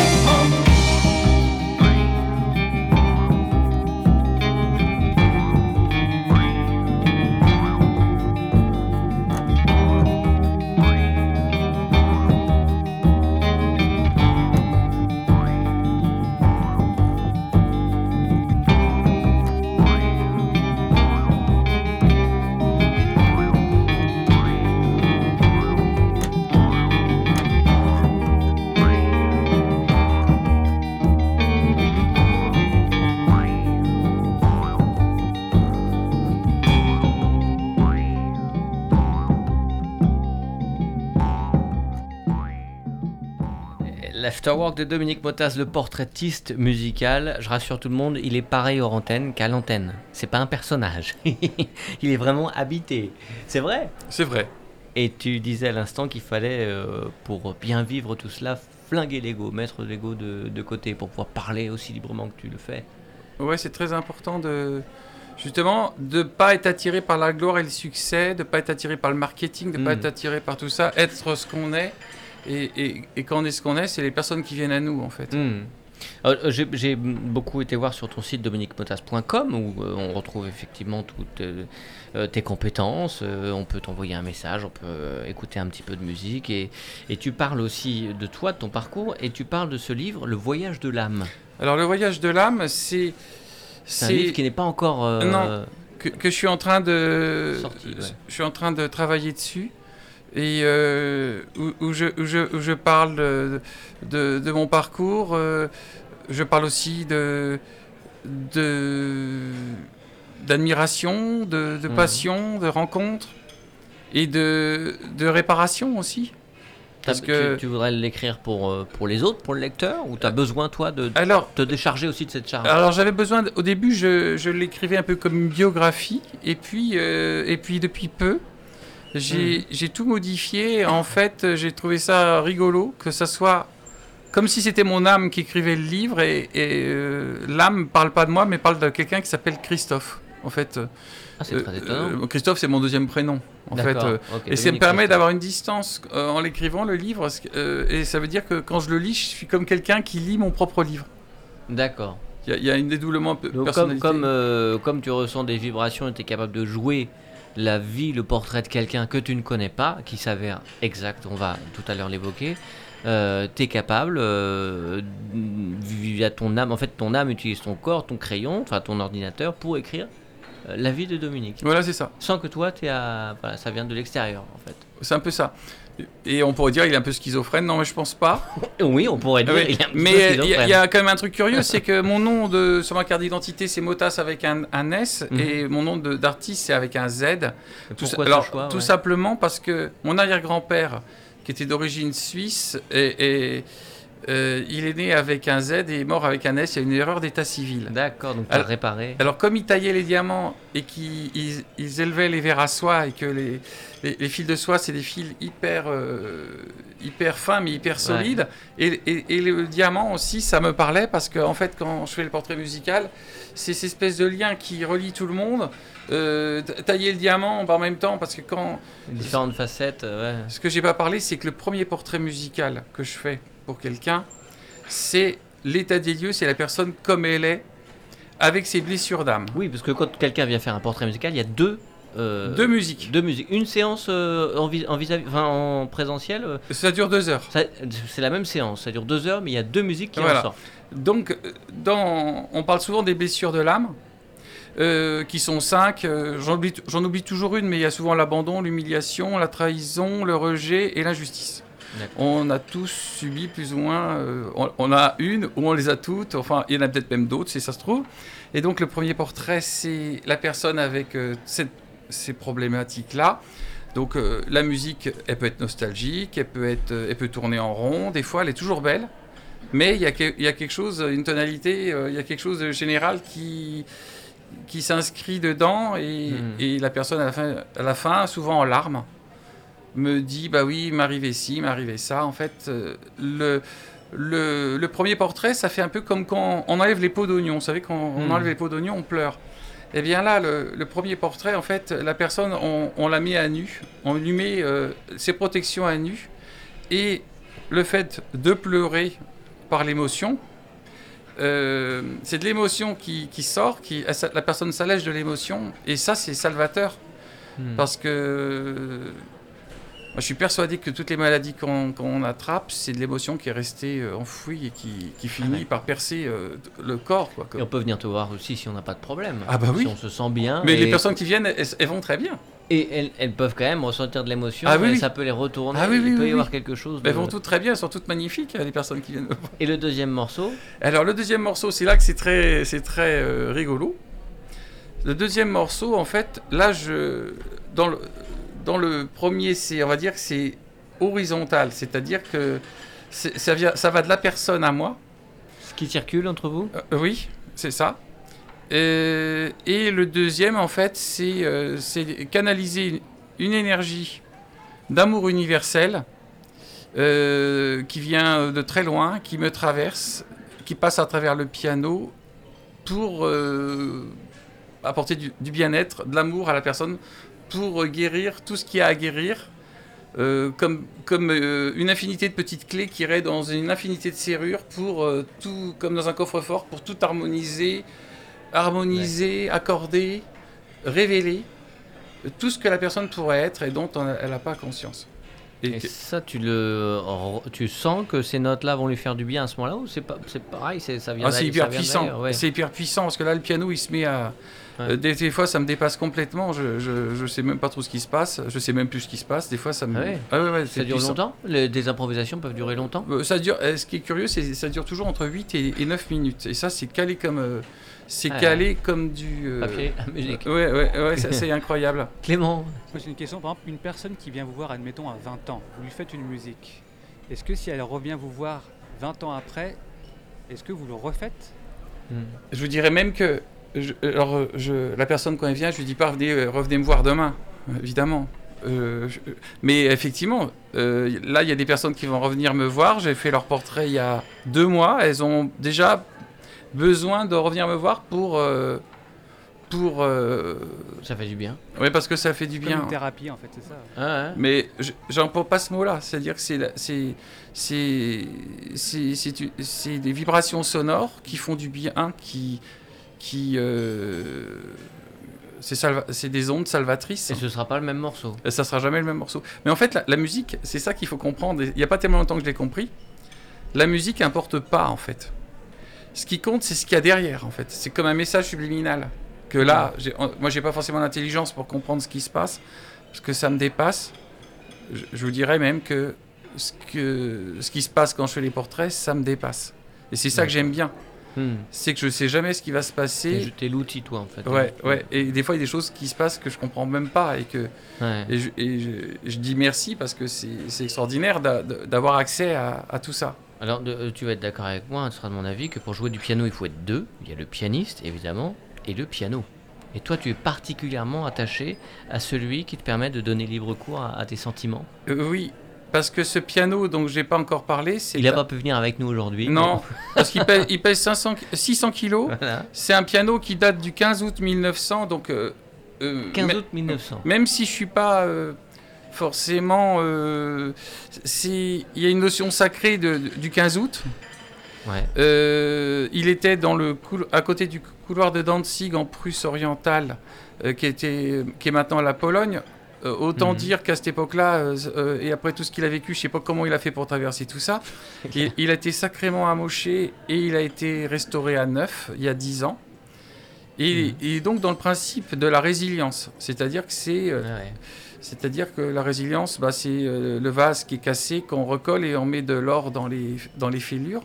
L'Afterwork de Dominique Motas, le portraitiste musical. Je rassure tout le monde, il est pareil hors antenne qu'à l'antenne. C'est pas un personnage. Il est vraiment habité. C'est vrai. C'est vrai. Et tu disais à l'instant qu'il fallait, euh, pour bien vivre tout cela, flinguer l'ego, mettre l'ego de, de côté pour pouvoir parler aussi librement que tu le fais. Ouais, c'est très important de... Justement, de ne pas être attiré par la gloire et le succès, de ne pas être attiré par le marketing, de ne mmh. pas être attiré par tout ça, être ce qu'on est. Et, et, et quand on est ce qu'on est, c'est les personnes qui viennent à nous, en fait. Mmh. Alors, j'ai, j'ai beaucoup été voir sur ton site dominique motas point com où euh, on retrouve effectivement toutes euh, tes compétences. Euh, on peut t'envoyer un message, on peut euh, écouter un petit peu de musique. Et, et tu parles aussi de toi, de ton parcours, et tu parles de ce livre, Le Voyage de l'âme. Alors, Le Voyage de l'âme, c'est... C'est, c'est un livre qui n'est pas encore... Euh, non, que, que je suis en train de... sorti, ouais. Je suis en train de travailler dessus. Et euh, où, où, je, où, je, où je parle de, de, de mon parcours, euh, je parle aussi de, de, d'admiration, de, de passion, mmh. de rencontre et de, de réparation aussi. Parce T'as- que tu, tu voudrais l'écrire pour, euh, pour les autres, pour le lecteur, ou tu as besoin, toi, de alors, te décharger aussi de cette charge? Alors j'avais besoin, de- au début je, je l'écrivais un peu comme une biographie, et puis, euh, et puis depuis peu, j'ai, Mhm. j'ai tout modifié. En fait, j'ai trouvé ça rigolo, que ça soit comme si c'était mon âme qui écrivait le livre, et, et euh, l'âme parle pas de moi, mais parle de quelqu'un qui s'appelle Christophe, en fait. Ah, c'est très étonnant. Euh, Christophe, c'est mon deuxième prénom, en fait. D'accord, euh, ok, et ça me Dominique permet Christophe. d'avoir une distance euh, en l'écrivant, le livre, euh, et ça veut dire que quand je le lis, je suis comme quelqu'un qui lit mon propre livre. D'accord. Il y a- il y, a un dédoulement de Donc, comme, personnalité. comme, euh, comme tu ressens des vibrations et tu es capable de jouer la vie, le portrait de quelqu'un que tu ne connais pas, qui s'avère exact, on va tout à l'heure l'évoquer, euh, tu es capable, euh, via ton âme, en fait ton âme utilise ton corps, ton crayon, enfin ton ordinateur pour écrire euh, la vie de Dominique. Voilà, c'est ça. Sans que toi, t'aies à... voilà, ça vient de l'extérieur en fait. C'est un peu ça. Et on pourrait dire il est un peu schizophrène. Non, mais je pense pas. Oui, on pourrait dire. Oui, il est un petit peu mais il y, a- schizophrène. il y a quand même un truc curieux, c'est que mon nom de, sur ma carte d'identité, c'est Motas avec un, un S, Mhm. et mon nom de- d'artiste, c'est avec un Z. Et Tout, pourquoi ce alors, choix, tout ouais. simplement parce que mon arrière-grand-père, qui était d'origine suisse, et, et, euh, il est né avec un Z et est mort avec un S. Il y a une erreur d'état civil. D'accord, donc tu as Alors- réparé. Alors, comme ils taillaient les diamants et qu'ils ils- ils élevaient les vers à soie, et que les, les, les fils de soie, c'est des fils hyper, euh, hyper fins mais hyper solides, et, et, et le diamant aussi, ça me parlait parce que, en fait, quand je fais le portrait musical, c'est cette espèce de lien qui relie tout le monde. Euh, ta- tailler le diamant bah, en même temps, parce que quand. Différentes facettes, euh, ouais. Ce que j'ai pas parlé, c'est que le premier portrait musical que je fais pour quelqu'un, c'est l'état des lieux, c'est la personne comme elle est, avec ses blessures d'âme. Oui, parce que quand quelqu'un vient faire un portrait musical, il y a deux. euh, Deux musiques. Deux musiques. Une séance euh, en, vis- en, vis- enfin, en présentiel. euh, Ça dure deux heures. ça- c'est la même séance. Ça dure deux heures, mais il y a deux musiques qui Voilà. en sortent. Donc, euh, dans, on parle souvent des blessures de l'âme, euh, qui sont cinq. Euh, j'en, oublie, j'en oublie toujours une, mais il y a souvent l'abandon, l'humiliation, la trahison, le rejet et l'injustice. D'accord. On a tous subi plus ou moins, euh, on, on a une ou on les a toutes, enfin il y en a peut-être même d'autres si ça se trouve. Et donc le premier portrait, c'est la personne avec euh, cette- ces problématiques-là. Donc euh, la musique, elle peut être nostalgique, elle peut, être, euh, elle peut tourner en rond, des fois elle est toujours belle, mais il y a, que- il y a quelque chose, une tonalité, euh, il y a quelque chose de général qui, qui s'inscrit dedans, et, Mhm. et la personne à la, fin, à la fin, souvent en larmes, me dit bah oui, il m'arrivait ci, il m'arrivait ça. En fait, euh, le, le, le premier portrait, ça fait un peu comme quand on enlève les peaux d'oignon. Vous savez, quand on Mm. enlève les peaux d'oignon, on pleure. Et bien là, le, le premier portrait, en fait, la personne, on, on la met à nu, on lui met euh, ses protections à nu, et le fait de pleurer par l'émotion, euh, c'est de l'émotion qui, qui sort, qui, la personne s'allège de l'émotion, et ça, c'est salvateur. Hmm. Parce que moi, je suis persuadé que toutes les maladies qu'on qu'on attrape, c'est de l'émotion qui est restée euh, enfouie et qui, qui finit ouais. par percer euh, le corps. Quoi, Et on peut venir te voir aussi si on n'a pas de problème. Ah bah oui. Si on se sent bien. Mais et- les personnes qui viennent, elles, elles vont très bien. Et elles, elles peuvent quand même ressentir de l'émotion, Ah oui, et oui. ça peut les retourner, Ah oui, oui, il peut oui, y avoir oui. quelque chose de... Elles vont toutes très bien, elles sont toutes magnifiques, les personnes qui viennent me voir. Et le deuxième morceau? Alors le deuxième morceau, c'est là que c'est très, c'est très euh, rigolo. Le deuxième morceau, en fait, là, je, dans le, dans le premier, c'est, on va dire que c'est horizontal, c'est-à-dire que c'est- ça, vient, ça va de la personne à moi. Ce qui circule entre vous? Euh, oui, c'est ça. Euh, et le deuxième, en fait, c'est euh, c'est canaliser une, une énergie d'amour universel euh, qui vient de très loin, qui me traverse, qui passe à travers le piano pour euh, apporter du, du bien-être, de l'amour à la personne, pour guérir tout ce qu'il y a à guérir. Euh, comme comme euh, une infinité de petites clés qui iraient dans une infinité de serrures pour euh, tout, comme dans un coffre-fort, pour tout harmoniser, harmoniser, accorder, révéler euh, tout ce que la personne pourrait être et dont on a- elle n'a pas conscience. Et que- ça, tu le, tu sens que ces notes-là vont lui faire du bien à ce moment-là, ou c'est pas, c'est pareil, c'est ça vient Ah, c'est d'ailleurs- hyper ça vient puissant. d'ailleurs, ouais. C'est hyper puissant parce que là, le piano, il se met à. Ouais. euh, des, des fois, ça me dépasse complètement. Je, je, je sais même pas trop ce qui se passe. Je sais même plus ce qui se passe. Des fois, ça me. Ah ouais. Ah ouais, ouais, Ça c'est dure puissant. longtemps? Les- Des improvisations peuvent durer longtemps? Euh, Ça dure. euh, Ce qui est curieux, c'est ça dure toujours entre huit et, et neuf minutes. Et ça, c'est calé comme. euh, c'est Ah. calé comme du. euh, Papier à musique. Ouais, ouais, ouais, ça, c'est incroyable. Clément? Moi, j'ai une question. Par exemple, une personne qui vient vous voir, admettons, à vingt ans, vous lui faites une musique. est-ce que si elle revient vous voir vingt ans après, est-ce que vous le refaites? hmm. Je vous dirais même que je, alors, je, la personne, quand elle vient, je lui dis pas revenez, revenez me voir demain, évidemment. Euh, je, mais effectivement, euh, là, il y a des personnes qui vont revenir me voir. J'ai fait leur portrait il y a deux mois. Elles ont déjà besoin de revenir me voir pour... Euh, pour euh... Ça fait du bien. Oui, parce que ça fait du Comme bien. une thérapie, en fait, c'est ça. Ah ouais. Mais je, j'emploie pas ce mot-là. C'est-à-dire que c'est, la, c'est, c'est, c'est, c'est, c'est, c'est des vibrations sonores qui font du bien, qui... qui euh, c'est, salva- c'est des ondes salvatrices. Et ce sera pas le même morceau. Et ça sera jamais le même morceau. Mais en fait, la, la musique, c'est ça qu'il faut comprendre. Il n'y a pas tellement longtemps que je l'ai compris. La musique importe pas, en fait. Ce qui compte, c'est ce qu'il y a derrière, en fait. C'est comme un message subliminal. Que là, j'ai, moi, j'ai pas forcément l'intelligence pour comprendre ce qui se passe, parce que ça me dépasse. Je, je vous dirais même que ce, que ce qui se passe quand je fais les portraits, ça me dépasse. Et c'est ça ouais. que j'aime bien. Hmm. C'est que je sais jamais ce qui va se passer. T'es l'outil, toi, en fait. Ouais, ouais. Et des fois, il y a des choses qui se passent que je comprends même pas. Et que ouais. et je, et je, je dis merci parce que c'est, c'est extraordinaire d'a, d'avoir accès à, à tout ça. Alors, de, tu vas être d'accord avec moi, ce sera de mon avis, que pour jouer du piano, il faut être deux. Il y a le pianiste, évidemment, et le piano. Et toi, tu es particulièrement attaché à celui qui te permet de donner libre cours à, à tes sentiments. Euh, oui, parce que ce piano dont j'ai pas encore parlé, c'est... Il n'a pas pu venir avec nous aujourd'hui. Non, mais... parce qu'il pèse, il pèse cinq cents, six cents kilos. Voilà. C'est un piano qui date du quinze août mille neuf cents, donc... Euh, euh, quinze août mille neuf cents. Même si je suis pas... Euh, forcément... Euh, c'est, il y a une notion sacrée de, de, du quinze août. Ouais. Euh, il était dans le coulo- à côté du couloir de Danzig en Prusse orientale, euh, qui, était, qui est maintenant la Pologne. Euh, autant mmh. dire qu'à cette époque-là, euh, euh, et après tout ce qu'il a vécu, je ne sais pas comment il a fait pour traverser tout ça, il, il a été sacrément amoché et il a été restauré à neuf il y a dix ans. Et, mmh. et donc dans le principe de la résilience, c'est-à-dire que c'est... Euh, ouais. C'est-à-dire que la résilience, bah, c'est euh, le vase qui est cassé, qu'on recolle et on met de l'or dans les, dans les fêlures.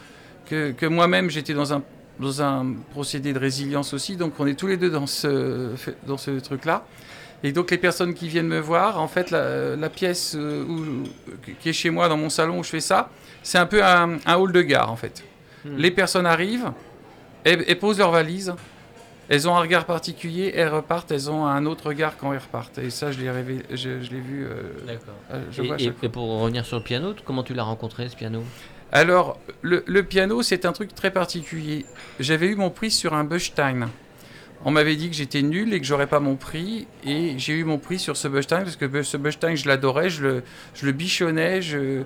Que, que moi-même, j'étais dans un, dans un procédé de résilience aussi, donc on est tous les deux dans ce, dans ce truc-là. Et donc les personnes qui viennent me voir, en fait, la, la pièce où, qui est chez moi, dans mon salon où je fais ça, c'est un peu un, un hall de gare, en fait. Mmh. Les personnes arrivent, elles, elles posent leurs valises, elles ont un regard particulier, elles repartent, elles ont un autre regard quand elles repartent. Et ça, je l'ai, rêvé, je, je l'ai vu. Euh, D'accord. Euh, je et, vois et, et pour revenir sur le piano, comment tu l'as rencontré, ce piano ? Alors, le, le piano, c'est un truc très particulier. J'avais eu mon prix sur un Bechstein. On m'avait dit que j'étais nul et que j'aurais pas mon prix. Et j'ai eu mon prix sur ce Bechstein parce que ce Bechstein, je l'adorais, je le, je le bichonnais, je,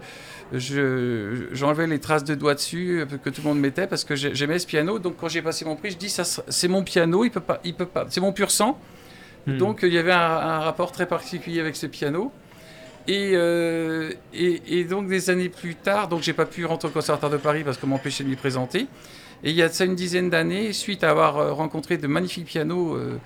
je, j'enlevais les traces de doigts dessus que tout le monde mettait parce que j'aimais ce piano. Donc, quand j'ai passé mon prix, je dis ça, c'est mon piano, il peut pas, il peut pas, c'est mon pur sang. Mmh. Donc, il y avait un, un rapport très particulier avec ce piano. Et, euh, et, et donc des années plus tard, donc j'ai pas pu rentrer au Conservatoire de Paris parce qu'on m'empêchait de m'y présenter. Et il y a de ça une dizaine d'années, suite à avoir rencontré de magnifiques pianos euh,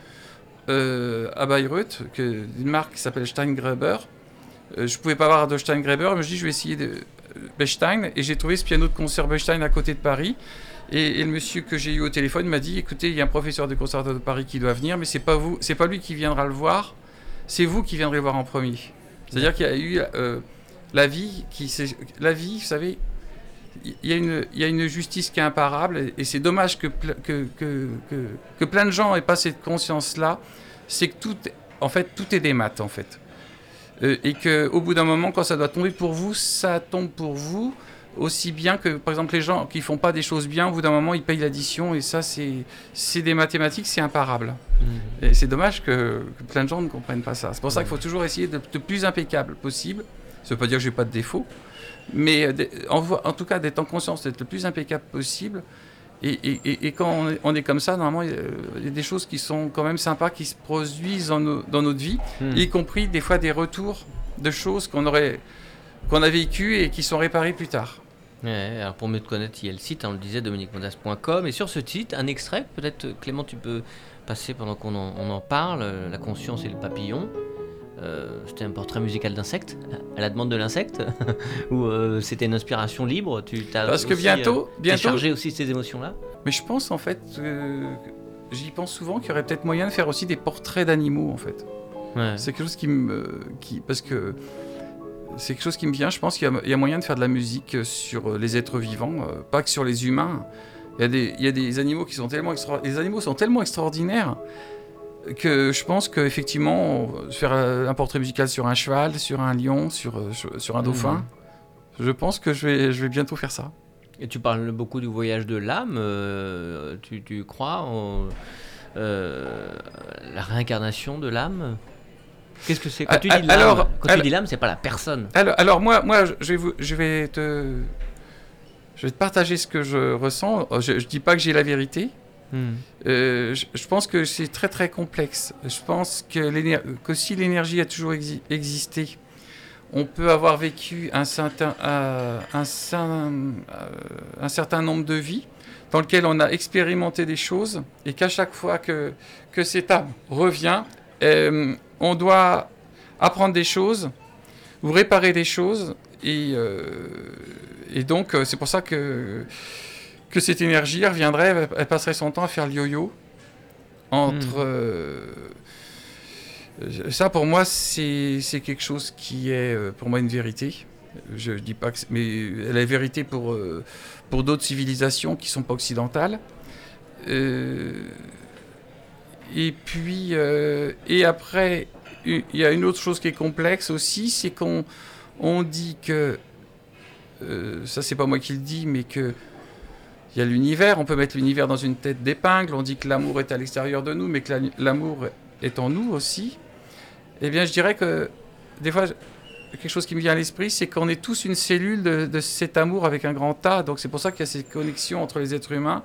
euh, à Bayreuth, que, d'une marque qui s'appelle Steingräber, euh, je pouvais pas avoir de Steingräber, mais je dis je vais essayer de euh, Bechstein, et j'ai trouvé ce piano de concert Bechstein à côté de Paris. Et, et le monsieur que j'ai eu au téléphone m'a dit écoutez, il y a un professeur de Conservatoire de Paris qui doit venir, mais c'est pas vous, c'est pas lui qui viendra le voir, c'est vous qui viendrez le voir en premier. C'est-à-dire qu'il y a eu euh, la vie, qui, c'est, la vie, vous savez, il y, y a une justice qui est imparable, et, et c'est dommage que, que, que, que, que plein de gens n'aient pas cette conscience-là, c'est que tout, en fait, tout est des maths, en fait. Euh, et qu'au bout d'un moment, quand ça doit tomber pour vous, ça tombe pour vous, aussi bien que, par exemple, les gens qui ne font pas des choses bien, au bout d'un moment, ils payent l'addition, et ça, c'est, c'est des mathématiques, c'est imparable. Mmh. Et c'est dommage que, que plein de gens ne comprennent pas ça. C'est pour ça qu'il faut toujours essayer d'être le plus impeccable possible. Ça ne veut pas dire que je n'ai pas de défaut, mais en, en tout cas, d'être en conscience, d'être le plus impeccable possible. Et, et, et, et quand on est, on est comme ça, normalement, il y a des choses qui sont quand même sympas, qui se produisent dans, nos, dans notre vie, mmh. y compris des fois des retours de choses qu'on aurait... qu'on a vécu et qui sont réparés plus tard. Ouais, alors pour mieux te connaître, il y a le site, hein, on le disait, dominique modas point com, et sur ce site, un extrait, peut-être Clément, tu peux passer pendant qu'on en, on en parle, La conscience et le papillon. Euh, c'était un portrait musical d'insecte, à la demande de l'insecte, ou euh, c'était une inspiration libre, tu t'as Parce que aussi, bientôt, euh, bientôt chargé aussi ces émotions-là. Mais je pense en fait, euh, j'y pense souvent qu'il y aurait peut-être moyen de faire aussi des portraits d'animaux en fait. Ouais. C'est quelque chose qui me, qui, parce que c'est quelque chose qui me vient. Je pense qu'il y a, il y a moyen de faire de la musique sur les êtres vivants, euh, pas que sur les humains. Il y a des, il y a des animaux qui sont tellement extra... les animaux sont tellement extraordinaires que je pense qu'effectivement, faire un portrait musical sur un cheval, sur un lion, sur, sur un dauphin, mmh. je pense que je vais, je vais bientôt faire ça. Et tu parles beaucoup du voyage de l'âme. Euh, tu, tu crois en euh, la réincarnation de l'âme ? Qu'est-ce que c'est ? Quand tu dis l'âme, alors, quand alors, tu dis l'âme, c'est pas la personne. Alors, alors moi, moi, je vais, vous, je vais te, je vais te partager ce que je ressens. Je, je dis pas que j'ai la vérité. Hmm. Euh, je, je pense que c'est très très complexe. Je pense que, l'éner- que si l'énergie a toujours exi- existé, on peut avoir vécu un certain, euh, un, un, un certain nombre de vies dans lesquelles on a expérimenté des choses et qu'à chaque fois que, que cette âme revient, euh, on doit apprendre des choses ou réparer des choses. Et, euh, et donc, c'est pour ça que, que cette énergie reviendrait, elle passerait son temps à faire le yo-yo entre... Mmh. Euh, ça, pour moi, c'est, c'est quelque chose qui est, pour moi, une vérité. Je ne dis pas que... C'est, mais elle est vérité pour, pour d'autres civilisations qui ne sont pas occidentales. Euh, et puis... Euh, et après, il y a une autre chose qui est complexe aussi, c'est qu'on on dit que... Euh, ça, c'est pas moi qui le dis, mais que... Il y a l'univers, on peut mettre l'univers dans une tête d'épingle, on dit que l'amour est à l'extérieur de nous, mais que la, l'amour est en nous aussi. Eh bien, je dirais que, des fois, quelque chose qui me vient à l'esprit, c'est qu'on est tous une cellule de, de cet amour avec un grand A. Donc, c'est pour ça qu'il y a cette connexion entre les êtres humains.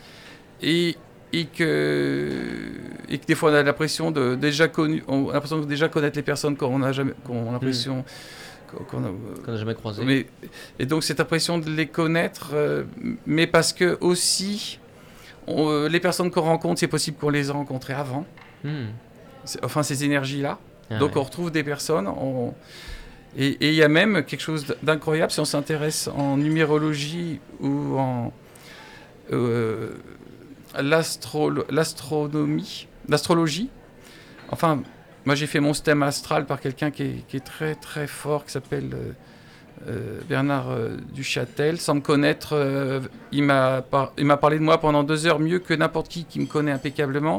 Et, et, que, et que, des fois, on a l'impression de déjà, connu, on a l'impression de déjà connaître les personnes quand on a, jamais, quand on a l'impression... Mmh. Qu'on n'a jamais croisé. Mais, et donc, cette impression de les connaître, euh, mais parce que aussi, on, euh, les personnes qu'on rencontre, c'est possible qu'on les ait rencontrées avant. Mmh. Enfin, ces énergies-là. Ah donc, ouais. On retrouve des personnes. On... Et il y a même quelque chose d'incroyable si on s'intéresse en numérologie ou en euh, l'astro... l'astronomie, l'astrologie. Enfin, moi, j'ai fait mon système astral par quelqu'un qui est, qui est très, très fort, qui s'appelle euh, euh, Bernard euh, Duchâtel. Sans me connaître, euh, il, m'a par... il m'a parlé de moi pendant deux heures mieux que n'importe qui qui me connaît impeccablement.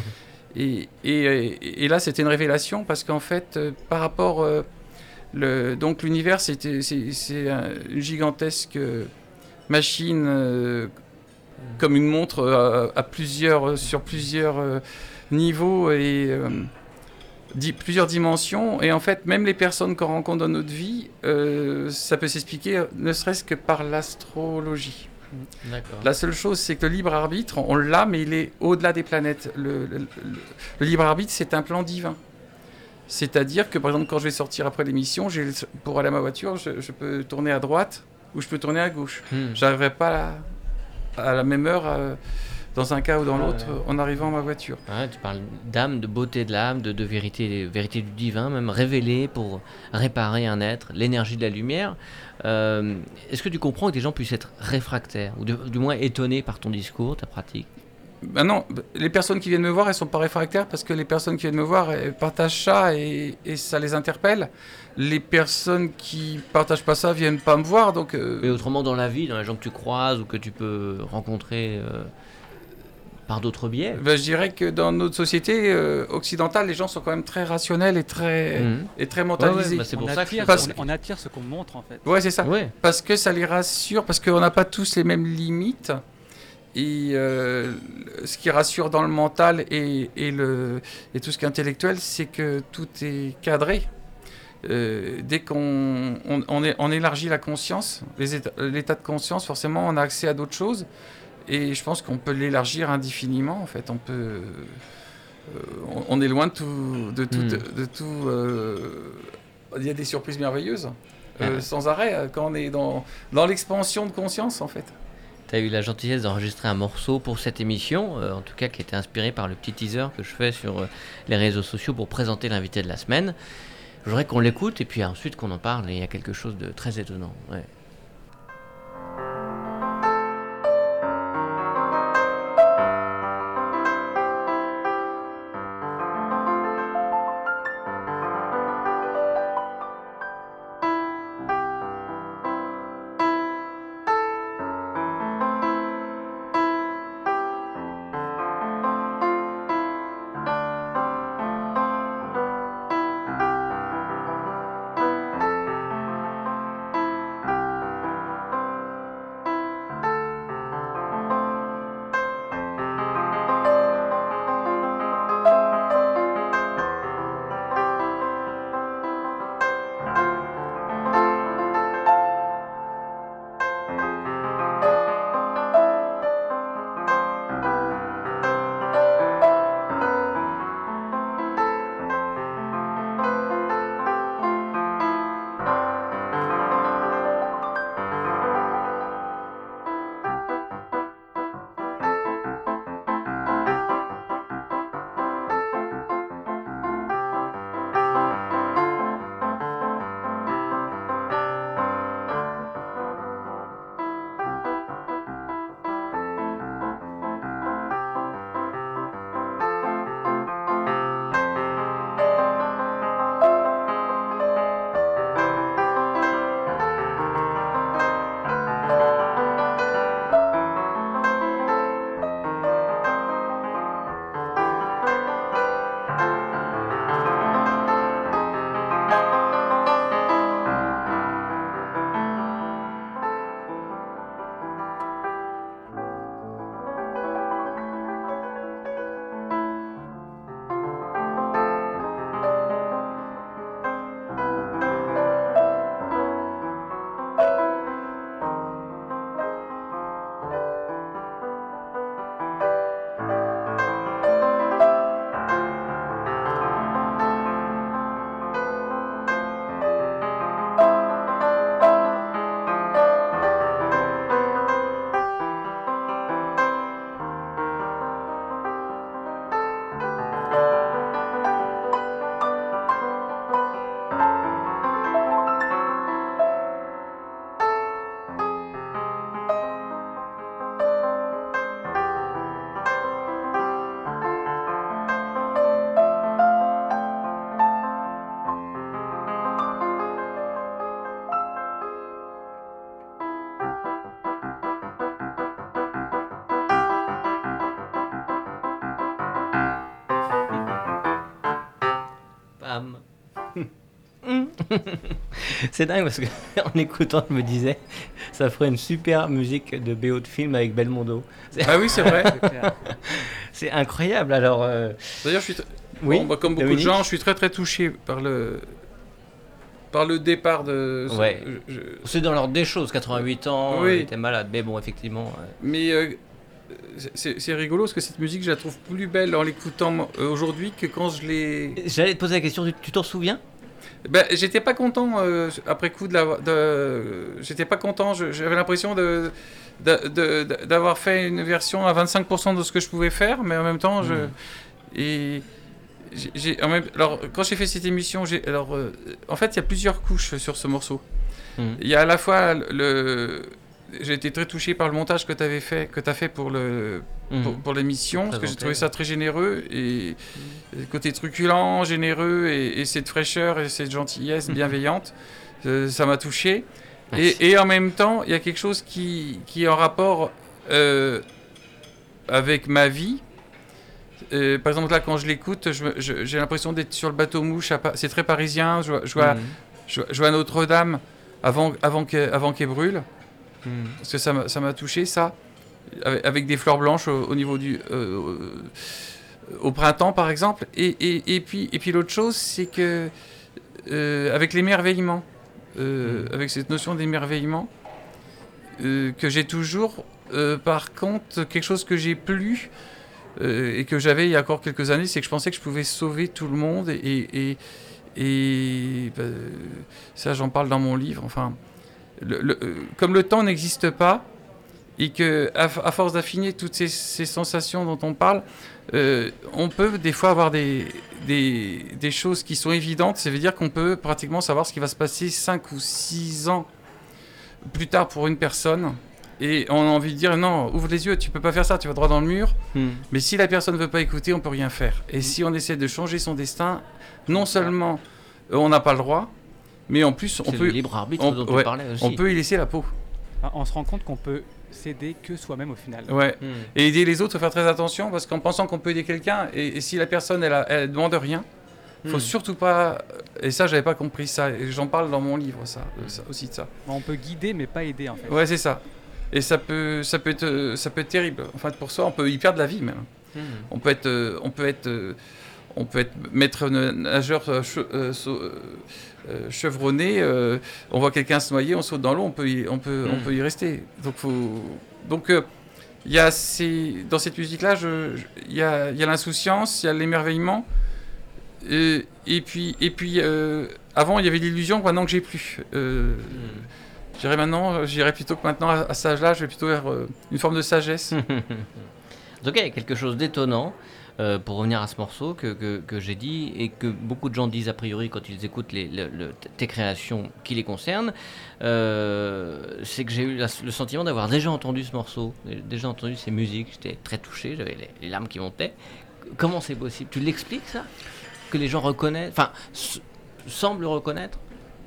Et, et, et, et là, c'était une révélation parce qu'en fait, euh, par rapport... Euh, le, donc, l'univers, c'était, c'est, c'est un, une gigantesque machine, euh, comme une montre euh, à plusieurs, sur plusieurs euh, niveaux et euh, di, plusieurs dimensions. Et en fait, même les personnes qu'on rencontre dans notre vie, euh, ça peut s'expliquer ne serait-ce que par l'astrologie. D'accord. La seule chose, c'est que le libre arbitre, on l'a, mais il est au-delà des planètes. Le, le, le, le libre arbitre, c'est un plan divin. C'est-à-dire que, par exemple, quand je vais sortir après l'émission, j'ai, pour aller à ma voiture, je, je peux tourner à droite ou je peux tourner à gauche. Hmm. Je n'arriverai pas à, à la même heure, à, dans un cas ou dans ah, l'autre, ouais. en arrivant à ma voiture. Ouais, tu parles d'âme, de beauté de l'âme, de, de vérité, vérité du divin, même révélée pour réparer un être, l'énergie de la lumière. Euh, est-ce que tu comprends que des gens puissent être réfractaires, ou de, du moins étonnés par ton discours, ta pratique ? Ben non, les personnes qui viennent me voir, elles ne sont pas réfractaires parce que les personnes qui viennent me voir, elles partagent ça et, et ça les interpelle. Les personnes qui ne partagent pas ça ne viennent pas me voir. Donc, euh... Mais autrement, dans la vie, dans les gens que tu croises ou que tu peux rencontrer euh, par d'autres biais ben, je dirais que dans notre société euh, occidentale, les gens sont quand même très rationnels et très, mmh. et très mentalisés. Ouais, ouais, bah c'est pour on, ça attire, parce... on, on attire ce qu'on montre en fait. Ouais, c'est ça. Ouais. Parce que ça les rassure, parce qu'on n'a pas tous les mêmes limites. Et euh, ce qui rassure dans le mental et, et, le, et tout ce qui est intellectuel, c'est que tout est cadré. Euh, dès qu'on on, on, est, on élargit la conscience, les états, l'état de conscience, forcément, on a accès à d'autres choses. Et je pense qu'on peut l'élargir indéfiniment, en fait. On peut... Euh, on, on est loin de tout... De tout, mmh. de, de tout euh, il y a des surprises merveilleuses, euh, ah. sans arrêt, quand on est dans, dans l'expansion de conscience, en fait. Tu as eu la gentillesse d'enregistrer un morceau pour cette émission, euh, en tout cas qui était inspiré par le petit teaser que je fais sur euh, les réseaux sociaux pour présenter l'invité de la semaine. Je voudrais qu'on l'écoute et puis ensuite qu'on en parle, et il y a quelque chose de très étonnant. Ouais. C'est dingue parce qu'en écoutant, je me disais, ça ferait une super musique de B O de film avec Belmondo. C'est... Ah oui, c'est vrai. C'est incroyable. Alors, euh... D'ailleurs, je suis, t- oui, bon, bah, comme beaucoup Dominique, de gens, je suis très très touché par le par le départ de. Ouais. Je, je... C'est dans l'ordre des choses. quatre-vingt-huit ans, oui. il était malade, mais bon, effectivement. Ouais. Mais euh, c'est, c'est rigolo parce que cette musique, je la trouve plus belle en l'écoutant euh, aujourd'hui que quand je l'ai. J'allais te poser la question. Tu t'en souviens? Ben, j'étais pas content euh, après coup de la. De, j'étais pas content. Je, j'avais l'impression de, de, de, de, d'avoir fait une version à vingt-cinq pour cent de ce que je pouvais faire, mais en même temps, je. Mmh. Et. J'ai, j'ai, en même, alors, quand j'ai fait cette émission, j'ai, alors, euh, en fait, il y a plusieurs couches sur ce morceau. Mmh. Il y a à la fois le. J'ai été très touché par le montage que tu avais fait, que tu as fait pour, le, mmh. pour, pour l'émission, parce que j'ai trouvé ça très généreux, et mmh. côté truculent, généreux, et, et cette fraîcheur et cette gentillesse bienveillante, euh, ça m'a touché. Et, et en même temps, il y a quelque chose qui, qui est en rapport euh, avec ma vie. Euh, par exemple, là, quand je l'écoute, je, je, j'ai l'impression d'être sur le bateau mouche. À, c'est très parisien. Je, je, vois, mmh. je, je vois Notre-Dame avant, avant, qu'elle, avant qu'elle brûle. Mmh. Parce que ça m'a, ça m'a touché, ça. Avec, avec des fleurs blanches au, au niveau du... Euh, au printemps, par exemple. Et, et, et, puis, et puis l'autre chose, c'est que... Euh, avec l'émerveillement, euh, mmh. avec cette notion d'émerveillement, euh, que j'ai toujours... Euh, par contre, quelque chose que j'ai plus... Euh, et que j'avais il y a encore quelques années, c'est que je pensais que je pouvais sauver tout le monde, et, et, et bah, ça j'en parle dans mon livre. Enfin, le, le, euh, comme le temps n'existe pas, et que à, à force d'affiner toutes ces, ces sensations dont on parle, euh, on peut des fois avoir des, des, des choses qui sont évidentes. Ça veut dire qu'on peut pratiquement savoir ce qui va se passer cinq ou six ans plus tard pour une personne. Et on a envie de dire, non, ouvre les yeux, tu peux pas faire ça, tu vas droit dans le mur. Mm. Mais si la personne ne veut pas écouter, on peut rien faire. Et mm. si on essaie de changer son destin, non seulement euh, on n'a pas le droit, mais en plus, on c'est peut... le libre arbitre on, dont ouais, tu parlais aussi. On peut y laisser la peau. On se rend compte qu'on peut s'aider que soi-même au final. Ouais. Mm. Et aider les autres, il faut faire très attention, parce qu'en pensant qu'on peut aider quelqu'un, et, et si la personne, elle, a, elle demande rien, il faut mm. surtout pas... Et ça, j'avais pas compris ça. Et j'en parle dans mon livre, ça, ça aussi de ça. On peut guider, mais pas aider, en fait. Ouais, c'est ça. Et ça peut, ça peut être, ça peut être terrible. Enfin, pour soi, on peut y perdre la vie même. Mmh. On peut être, on peut être, on peut être maître nageur che, euh, euh, chevronné. Euh, on voit quelqu'un se noyer, on saute dans l'eau, on peut, y, on peut, mmh. on peut y rester. Donc, faut, donc, il euh, y a ces, dans cette musique-là, il y a, il y a l'insouciance, il y a l'émerveillement. Et, et puis, et puis, euh, avant, il y avait l'illusion. Maintenant que j'ai plus. Euh, mmh. Je dirais maintenant, j'irais plutôt que maintenant, à, à cet âge-là, je vais plutôt vers euh, une forme de sagesse. Donc il y a quelque chose d'étonnant, euh, pour revenir à ce morceau que, que, que j'ai dit, et que beaucoup de gens disent a priori quand ils écoutent les, le, le, tes créations qui les concernent, euh, c'est que j'ai eu la, le sentiment d'avoir déjà entendu ce morceau, déjà entendu ces musiques, j'étais très touché, j'avais les, les larmes qui montaient. Comment c'est possible? Tu l'expliques ça? Que les gens reconnaissent, enfin, s- semblent reconnaître?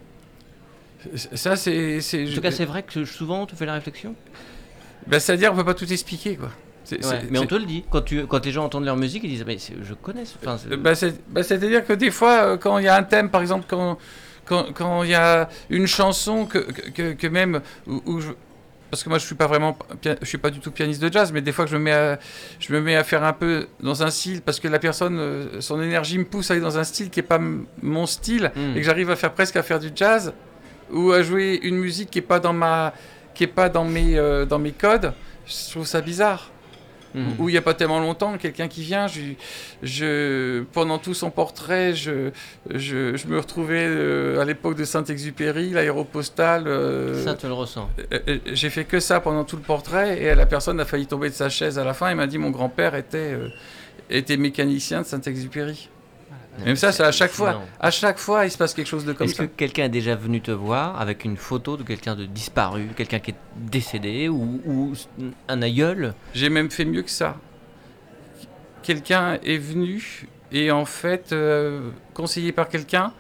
Ça, c'est, c'est, en tout je... cas, c'est vrai que souvent, tu fais la réflexion. Ben, c'est-à-dire, on ne peut pas tout expliquer, quoi. C'est, ouais, c'est, mais c'est... on te le dit. Quand, tu, quand les gens entendent leur musique, ils disent mais c'est, je connais. Enfin, c'est... Ben, c'est, ben, c'est-à-dire que des fois, quand il y a un thème, par exemple, quand quand quand il y a une chanson que que, que même où, où je... parce que moi je suis pas vraiment, je suis pas du tout pianiste de jazz, mais des fois que je me mets à, je me mets à faire un peu dans un style parce que la personne, son énergie me pousse à aller dans un style qui est pas m- mon style mmh. et que j'arrive à faire presque à faire du jazz. Ou à jouer une musique qui est pas dans ma, qui est pas dans mes, euh, dans mes codes, je trouve ça bizarre. Mmh. Ou il y a pas tellement longtemps, quelqu'un qui vient, je, je, pendant tout son portrait, je, je, je me retrouvais euh, à l'époque de Saint-Exupéry, l'aéropostale. Euh, ça, tu le ressens. Euh, j'ai fait que ça pendant tout le portrait, et la personne a failli tomber de sa chaise à la fin. Il m'a dit mon grand-père était, euh, était mécanicien de Saint-Exupéry. Même ça, c'est à chaque fois. Non. À chaque fois, il se passe quelque chose de comme Est-ce ça. Est-ce que quelqu'un est déjà venu te voir avec une photo de quelqu'un de disparu, quelqu'un qui est décédé ou, ou un aïeul? J'ai même fait mieux que ça. Quelqu'un est venu et en fait, euh, conseillé par quelqu'un,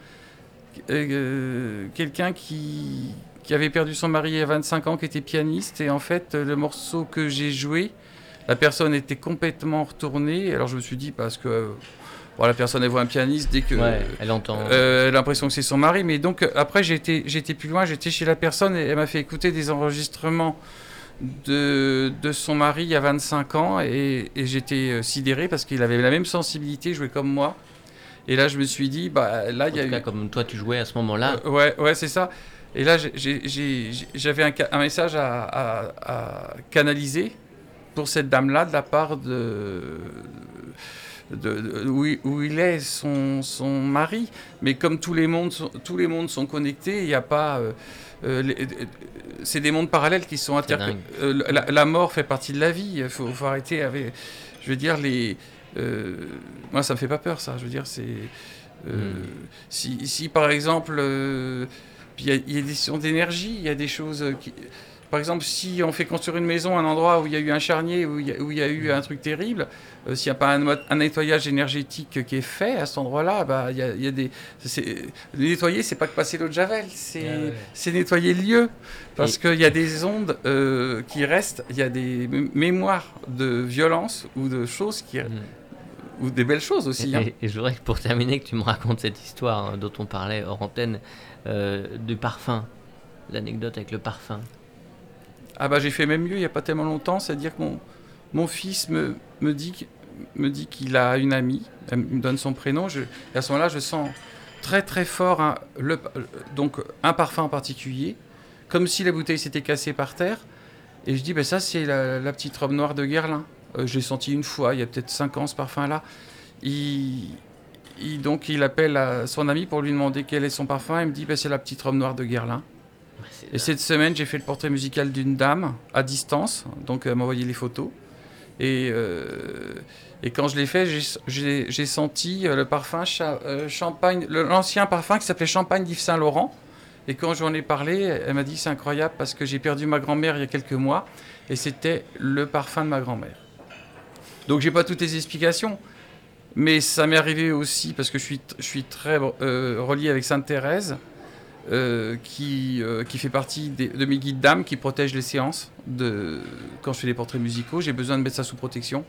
euh, quelqu'un qui, qui avait perdu son mari il y a vingt-cinq ans, qui était pianiste, et en fait, le morceau que j'ai joué, la personne était complètement retournée. Alors je me suis dit, parce que... Euh, bon, la personne, elle voit un pianiste, dès que... Ouais, elle entend. Euh, elle a l'impression que c'est son mari. Mais donc, après, j'ai été, j'ai été plus loin. J'étais chez la personne et elle m'a fait écouter des enregistrements de, de son mari il y a vingt-cinq ans. Et, et j'étais euh, sidéré parce qu'il avait la même sensibilité, jouait comme moi. Et là, je me suis dit, bah, là, il y a En tout cas, eu... comme toi, tu jouais à ce moment-là. Euh, ouais, ouais, c'est ça. Et là, j'ai, j'ai, j'ai, j'avais un, un message à, à, à canaliser pour cette dame-là de la part de, de, de où, il, où il est son, son mari. Mais comme tous les mondes sont, tous les mondes sont connectés, il n'y a pas... Euh, euh, les, c'est des mondes parallèles qui sont inter... Euh, la, la mort fait partie de la vie. Il faut, faut arrêter avec... Je veux dire, les... Euh, moi, ça me fait pas peur, ça. Je veux dire, c'est... Euh, mm. si, si, par exemple... Euh, il y, y a des questions d'énergie, il y a des choses qui... Par exemple, si on fait construire une maison à un endroit où il y a eu un charnier, où il y a, où il y a eu un truc terrible, euh, s'il n'y a pas un, un nettoyage énergétique qui est fait à cet endroit-là, bah, il y a, il y a des... C'est, nettoyer, c'est pas que passer l'eau de Javel, c'est, ah ouais. c'est nettoyer le lieu. Parce qu'il y a des ondes euh, qui restent, il y a des m- mémoires de violence ou de choses qui... Mm. Ou des belles choses aussi. Et, hein. et je voudrais que pour terminer, que tu me racontes cette histoire hein, dont on parlait hors antenne, euh, du parfum, l'anecdote avec le parfum. Ah bah j'ai fait même mieux il n'y a pas tellement longtemps, c'est-à-dire que mon, mon fils me, me, dit, me dit qu'il a une amie, elle me donne son prénom, je, et à ce moment-là je sens très très fort un, le, donc, un parfum en particulier, comme si la bouteille s'était cassée par terre, et je dis bah, ça c'est la, la petite robe noire de Guerlain. Euh, je l'ai senti une fois, il y a peut-être cinq ans ce parfum-là. Il, il, donc il appelle à son ami pour lui demander quel est son parfum, il me dit bah, c'est la petite robe noire de Guerlain. Et cette semaine, j'ai fait le portrait musical d'une dame à distance, donc elle m'a envoyé les photos. Et, euh, et quand je l'ai fait, j'ai, j'ai, j'ai senti le parfum cha, euh, champagne, le, l'ancien parfum qui s'appelait Champagne d'Yves Saint Laurent. Et quand j'en ai parlé, elle m'a dit c'est incroyable parce que j'ai perdu ma grand-mère il y a quelques mois et c'était le parfum de ma grand-mère. Donc j'ai pas toutes les explications, mais ça m'est arrivé aussi parce que je suis, je suis très euh, relié avec Sainte-Thérèse. Euh, qui, euh, qui fait partie des, de mes guides d'âme qui protègent les séances. De, quand je fais des portraits musicaux, j'ai besoin de mettre ça sous protection.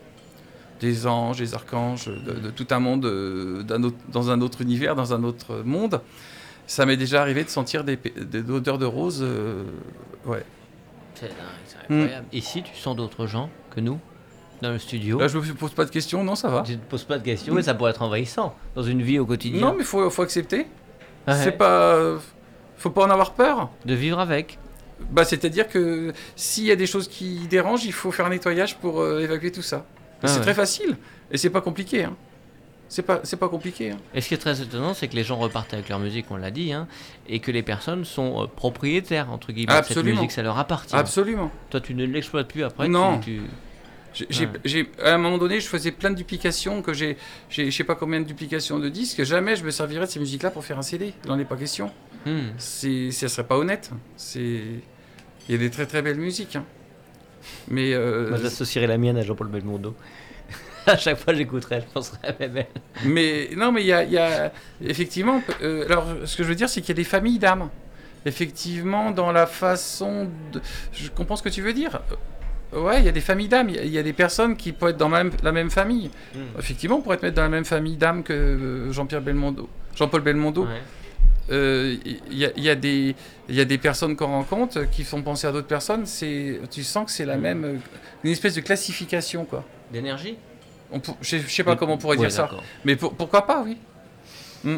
Des anges, des archanges, de, de tout un monde, euh, d'un autre, dans un autre univers, dans un autre monde. Ça m'est déjà arrivé de sentir des, des odeurs de rose. Euh, ouais. C'est, c'est incroyable. Mm. Et si tu sens d'autres gens que nous dans le studio? Là, je me pose pas de questions, non, ça va. Tu te poses pas de questions, mm. mais ça pourrait être envahissant dans une vie au quotidien. Non, mais il faut, faut accepter. Ouais. C'est pas... Faut pas en avoir peur. De vivre avec. Bah, c'est-à-dire que s'il y a des choses qui dérangent, il faut faire un nettoyage pour euh, évacuer tout ça. Ah c'est ouais. très facile et c'est pas compliqué. Hein. C'est pas, c'est pas compliqué. Hein. Et ce qui est très étonnant, c'est que les gens repartent avec leur musique, on l'a dit, hein, et que les personnes sont euh, propriétaires, entre guillemets, de cette musique, ça leur appartient. Absolument. Toi, tu ne l'exploites plus après. Non. Tu, tu... J'ai, j'ai, ouais. j'ai, à un moment donné, je faisais plein de duplications, que j'ai, j'ai, je sais pas combien de duplications de disques. Jamais je me servirais de ces musiques-là pour faire un C D. Il n'en est pas question. Hmm. C'est, ça serait pas honnête. C'est, il y a des très très belles musiques. Hein. Mais euh, moi, j'associerais la mienne à Jean-Paul Belmondo. À chaque fois, j'écouterais, je penserais à la même. Mais non, mais il y a, y a effectivement. Euh, alors, ce que je veux dire, c'est qu'il y a des familles d'âmes. Effectivement, dans la façon de, je comprends ce que tu veux dire. Ouais, il y a des familles d'âmes, il y, y a des personnes qui peuvent être dans la même, la même famille. Mmh. Effectivement, on pourrait te mettre dans la même famille d'âmes que Jean-Pierre Belmondo, Jean-Paul Belmondo. Il ouais. euh, y, y, a des, y a des personnes qu'on rencontre qui font penser à d'autres personnes. C'est, tu sens que c'est la mmh. même, une espèce de classification, quoi. D'énergie. On, je ne sais pas mmh. comment on pourrait ouais, dire d'accord. ça, mais pour, pourquoi pas, oui. Mmh.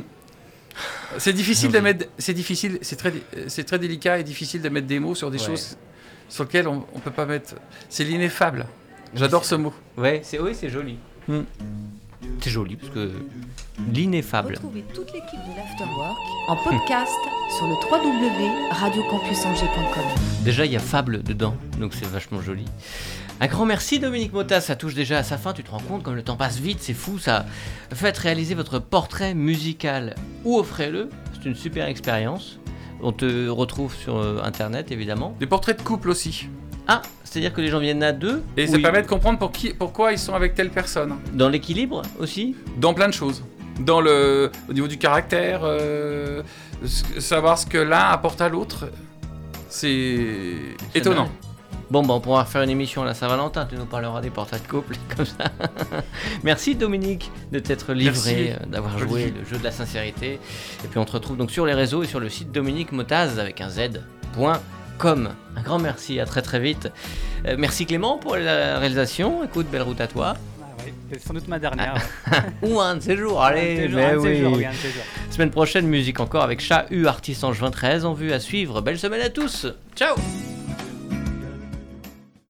C'est difficile de mettre, c'est difficile, c'est très, c'est très délicat et difficile de mettre des mots sur des ouais. choses sur lequel on ne peut pas mettre... C'est l'ineffable. J'adore c'est... ce mot. Ouais, c'est, oui, c'est joli. Mm. C'est joli, parce que l'ineffable. Retrouvez toute l'équipe de l'Afterwork en podcast sur le w w w point radio campus angers point com. Déjà, il y a fable dedans, donc c'est vachement joli. Un grand merci Dominique Motta, ça touche déjà à sa fin, tu te rends compte comme le temps passe vite, c'est fou ça. Faites réaliser votre portrait musical ou offrez-le, c'est une super expérience. On te retrouve sur euh, internet évidemment. Des portraits de couple aussi. Ah, c'est-à-dire que les gens viennent à deux. Et ça permet de comprendre pour qui, pourquoi ils sont avec telle personne. Dans l'équilibre aussi. Dans plein de choses. Dans le, au niveau du caractère, euh, savoir ce que l'un apporte à l'autre, c'est, c'est étonnant. Bon, bah, on pourra faire une émission à la Saint-Valentin, tu nous parleras des portraits de couple, comme ça. Merci Dominique de t'être livré, Merci. d'avoir joué Olivier. le jeu de la sincérité. Et puis on te retrouve donc sur les réseaux et sur le site Dominique Motaz avec un z point com. Un grand merci, à très très vite. Euh, merci Clément pour la réalisation, écoute, belle route à toi. Ah ouais, c'est sans doute ma dernière. Ou un de ces jours, allez, Un de ces jours, mais un de ces oui. jours, oui, un de ces jours. Semaine prochaine, musique encore avec Chat U, artiste en juin treize, en vue à suivre. Belle semaine à tous, ciao.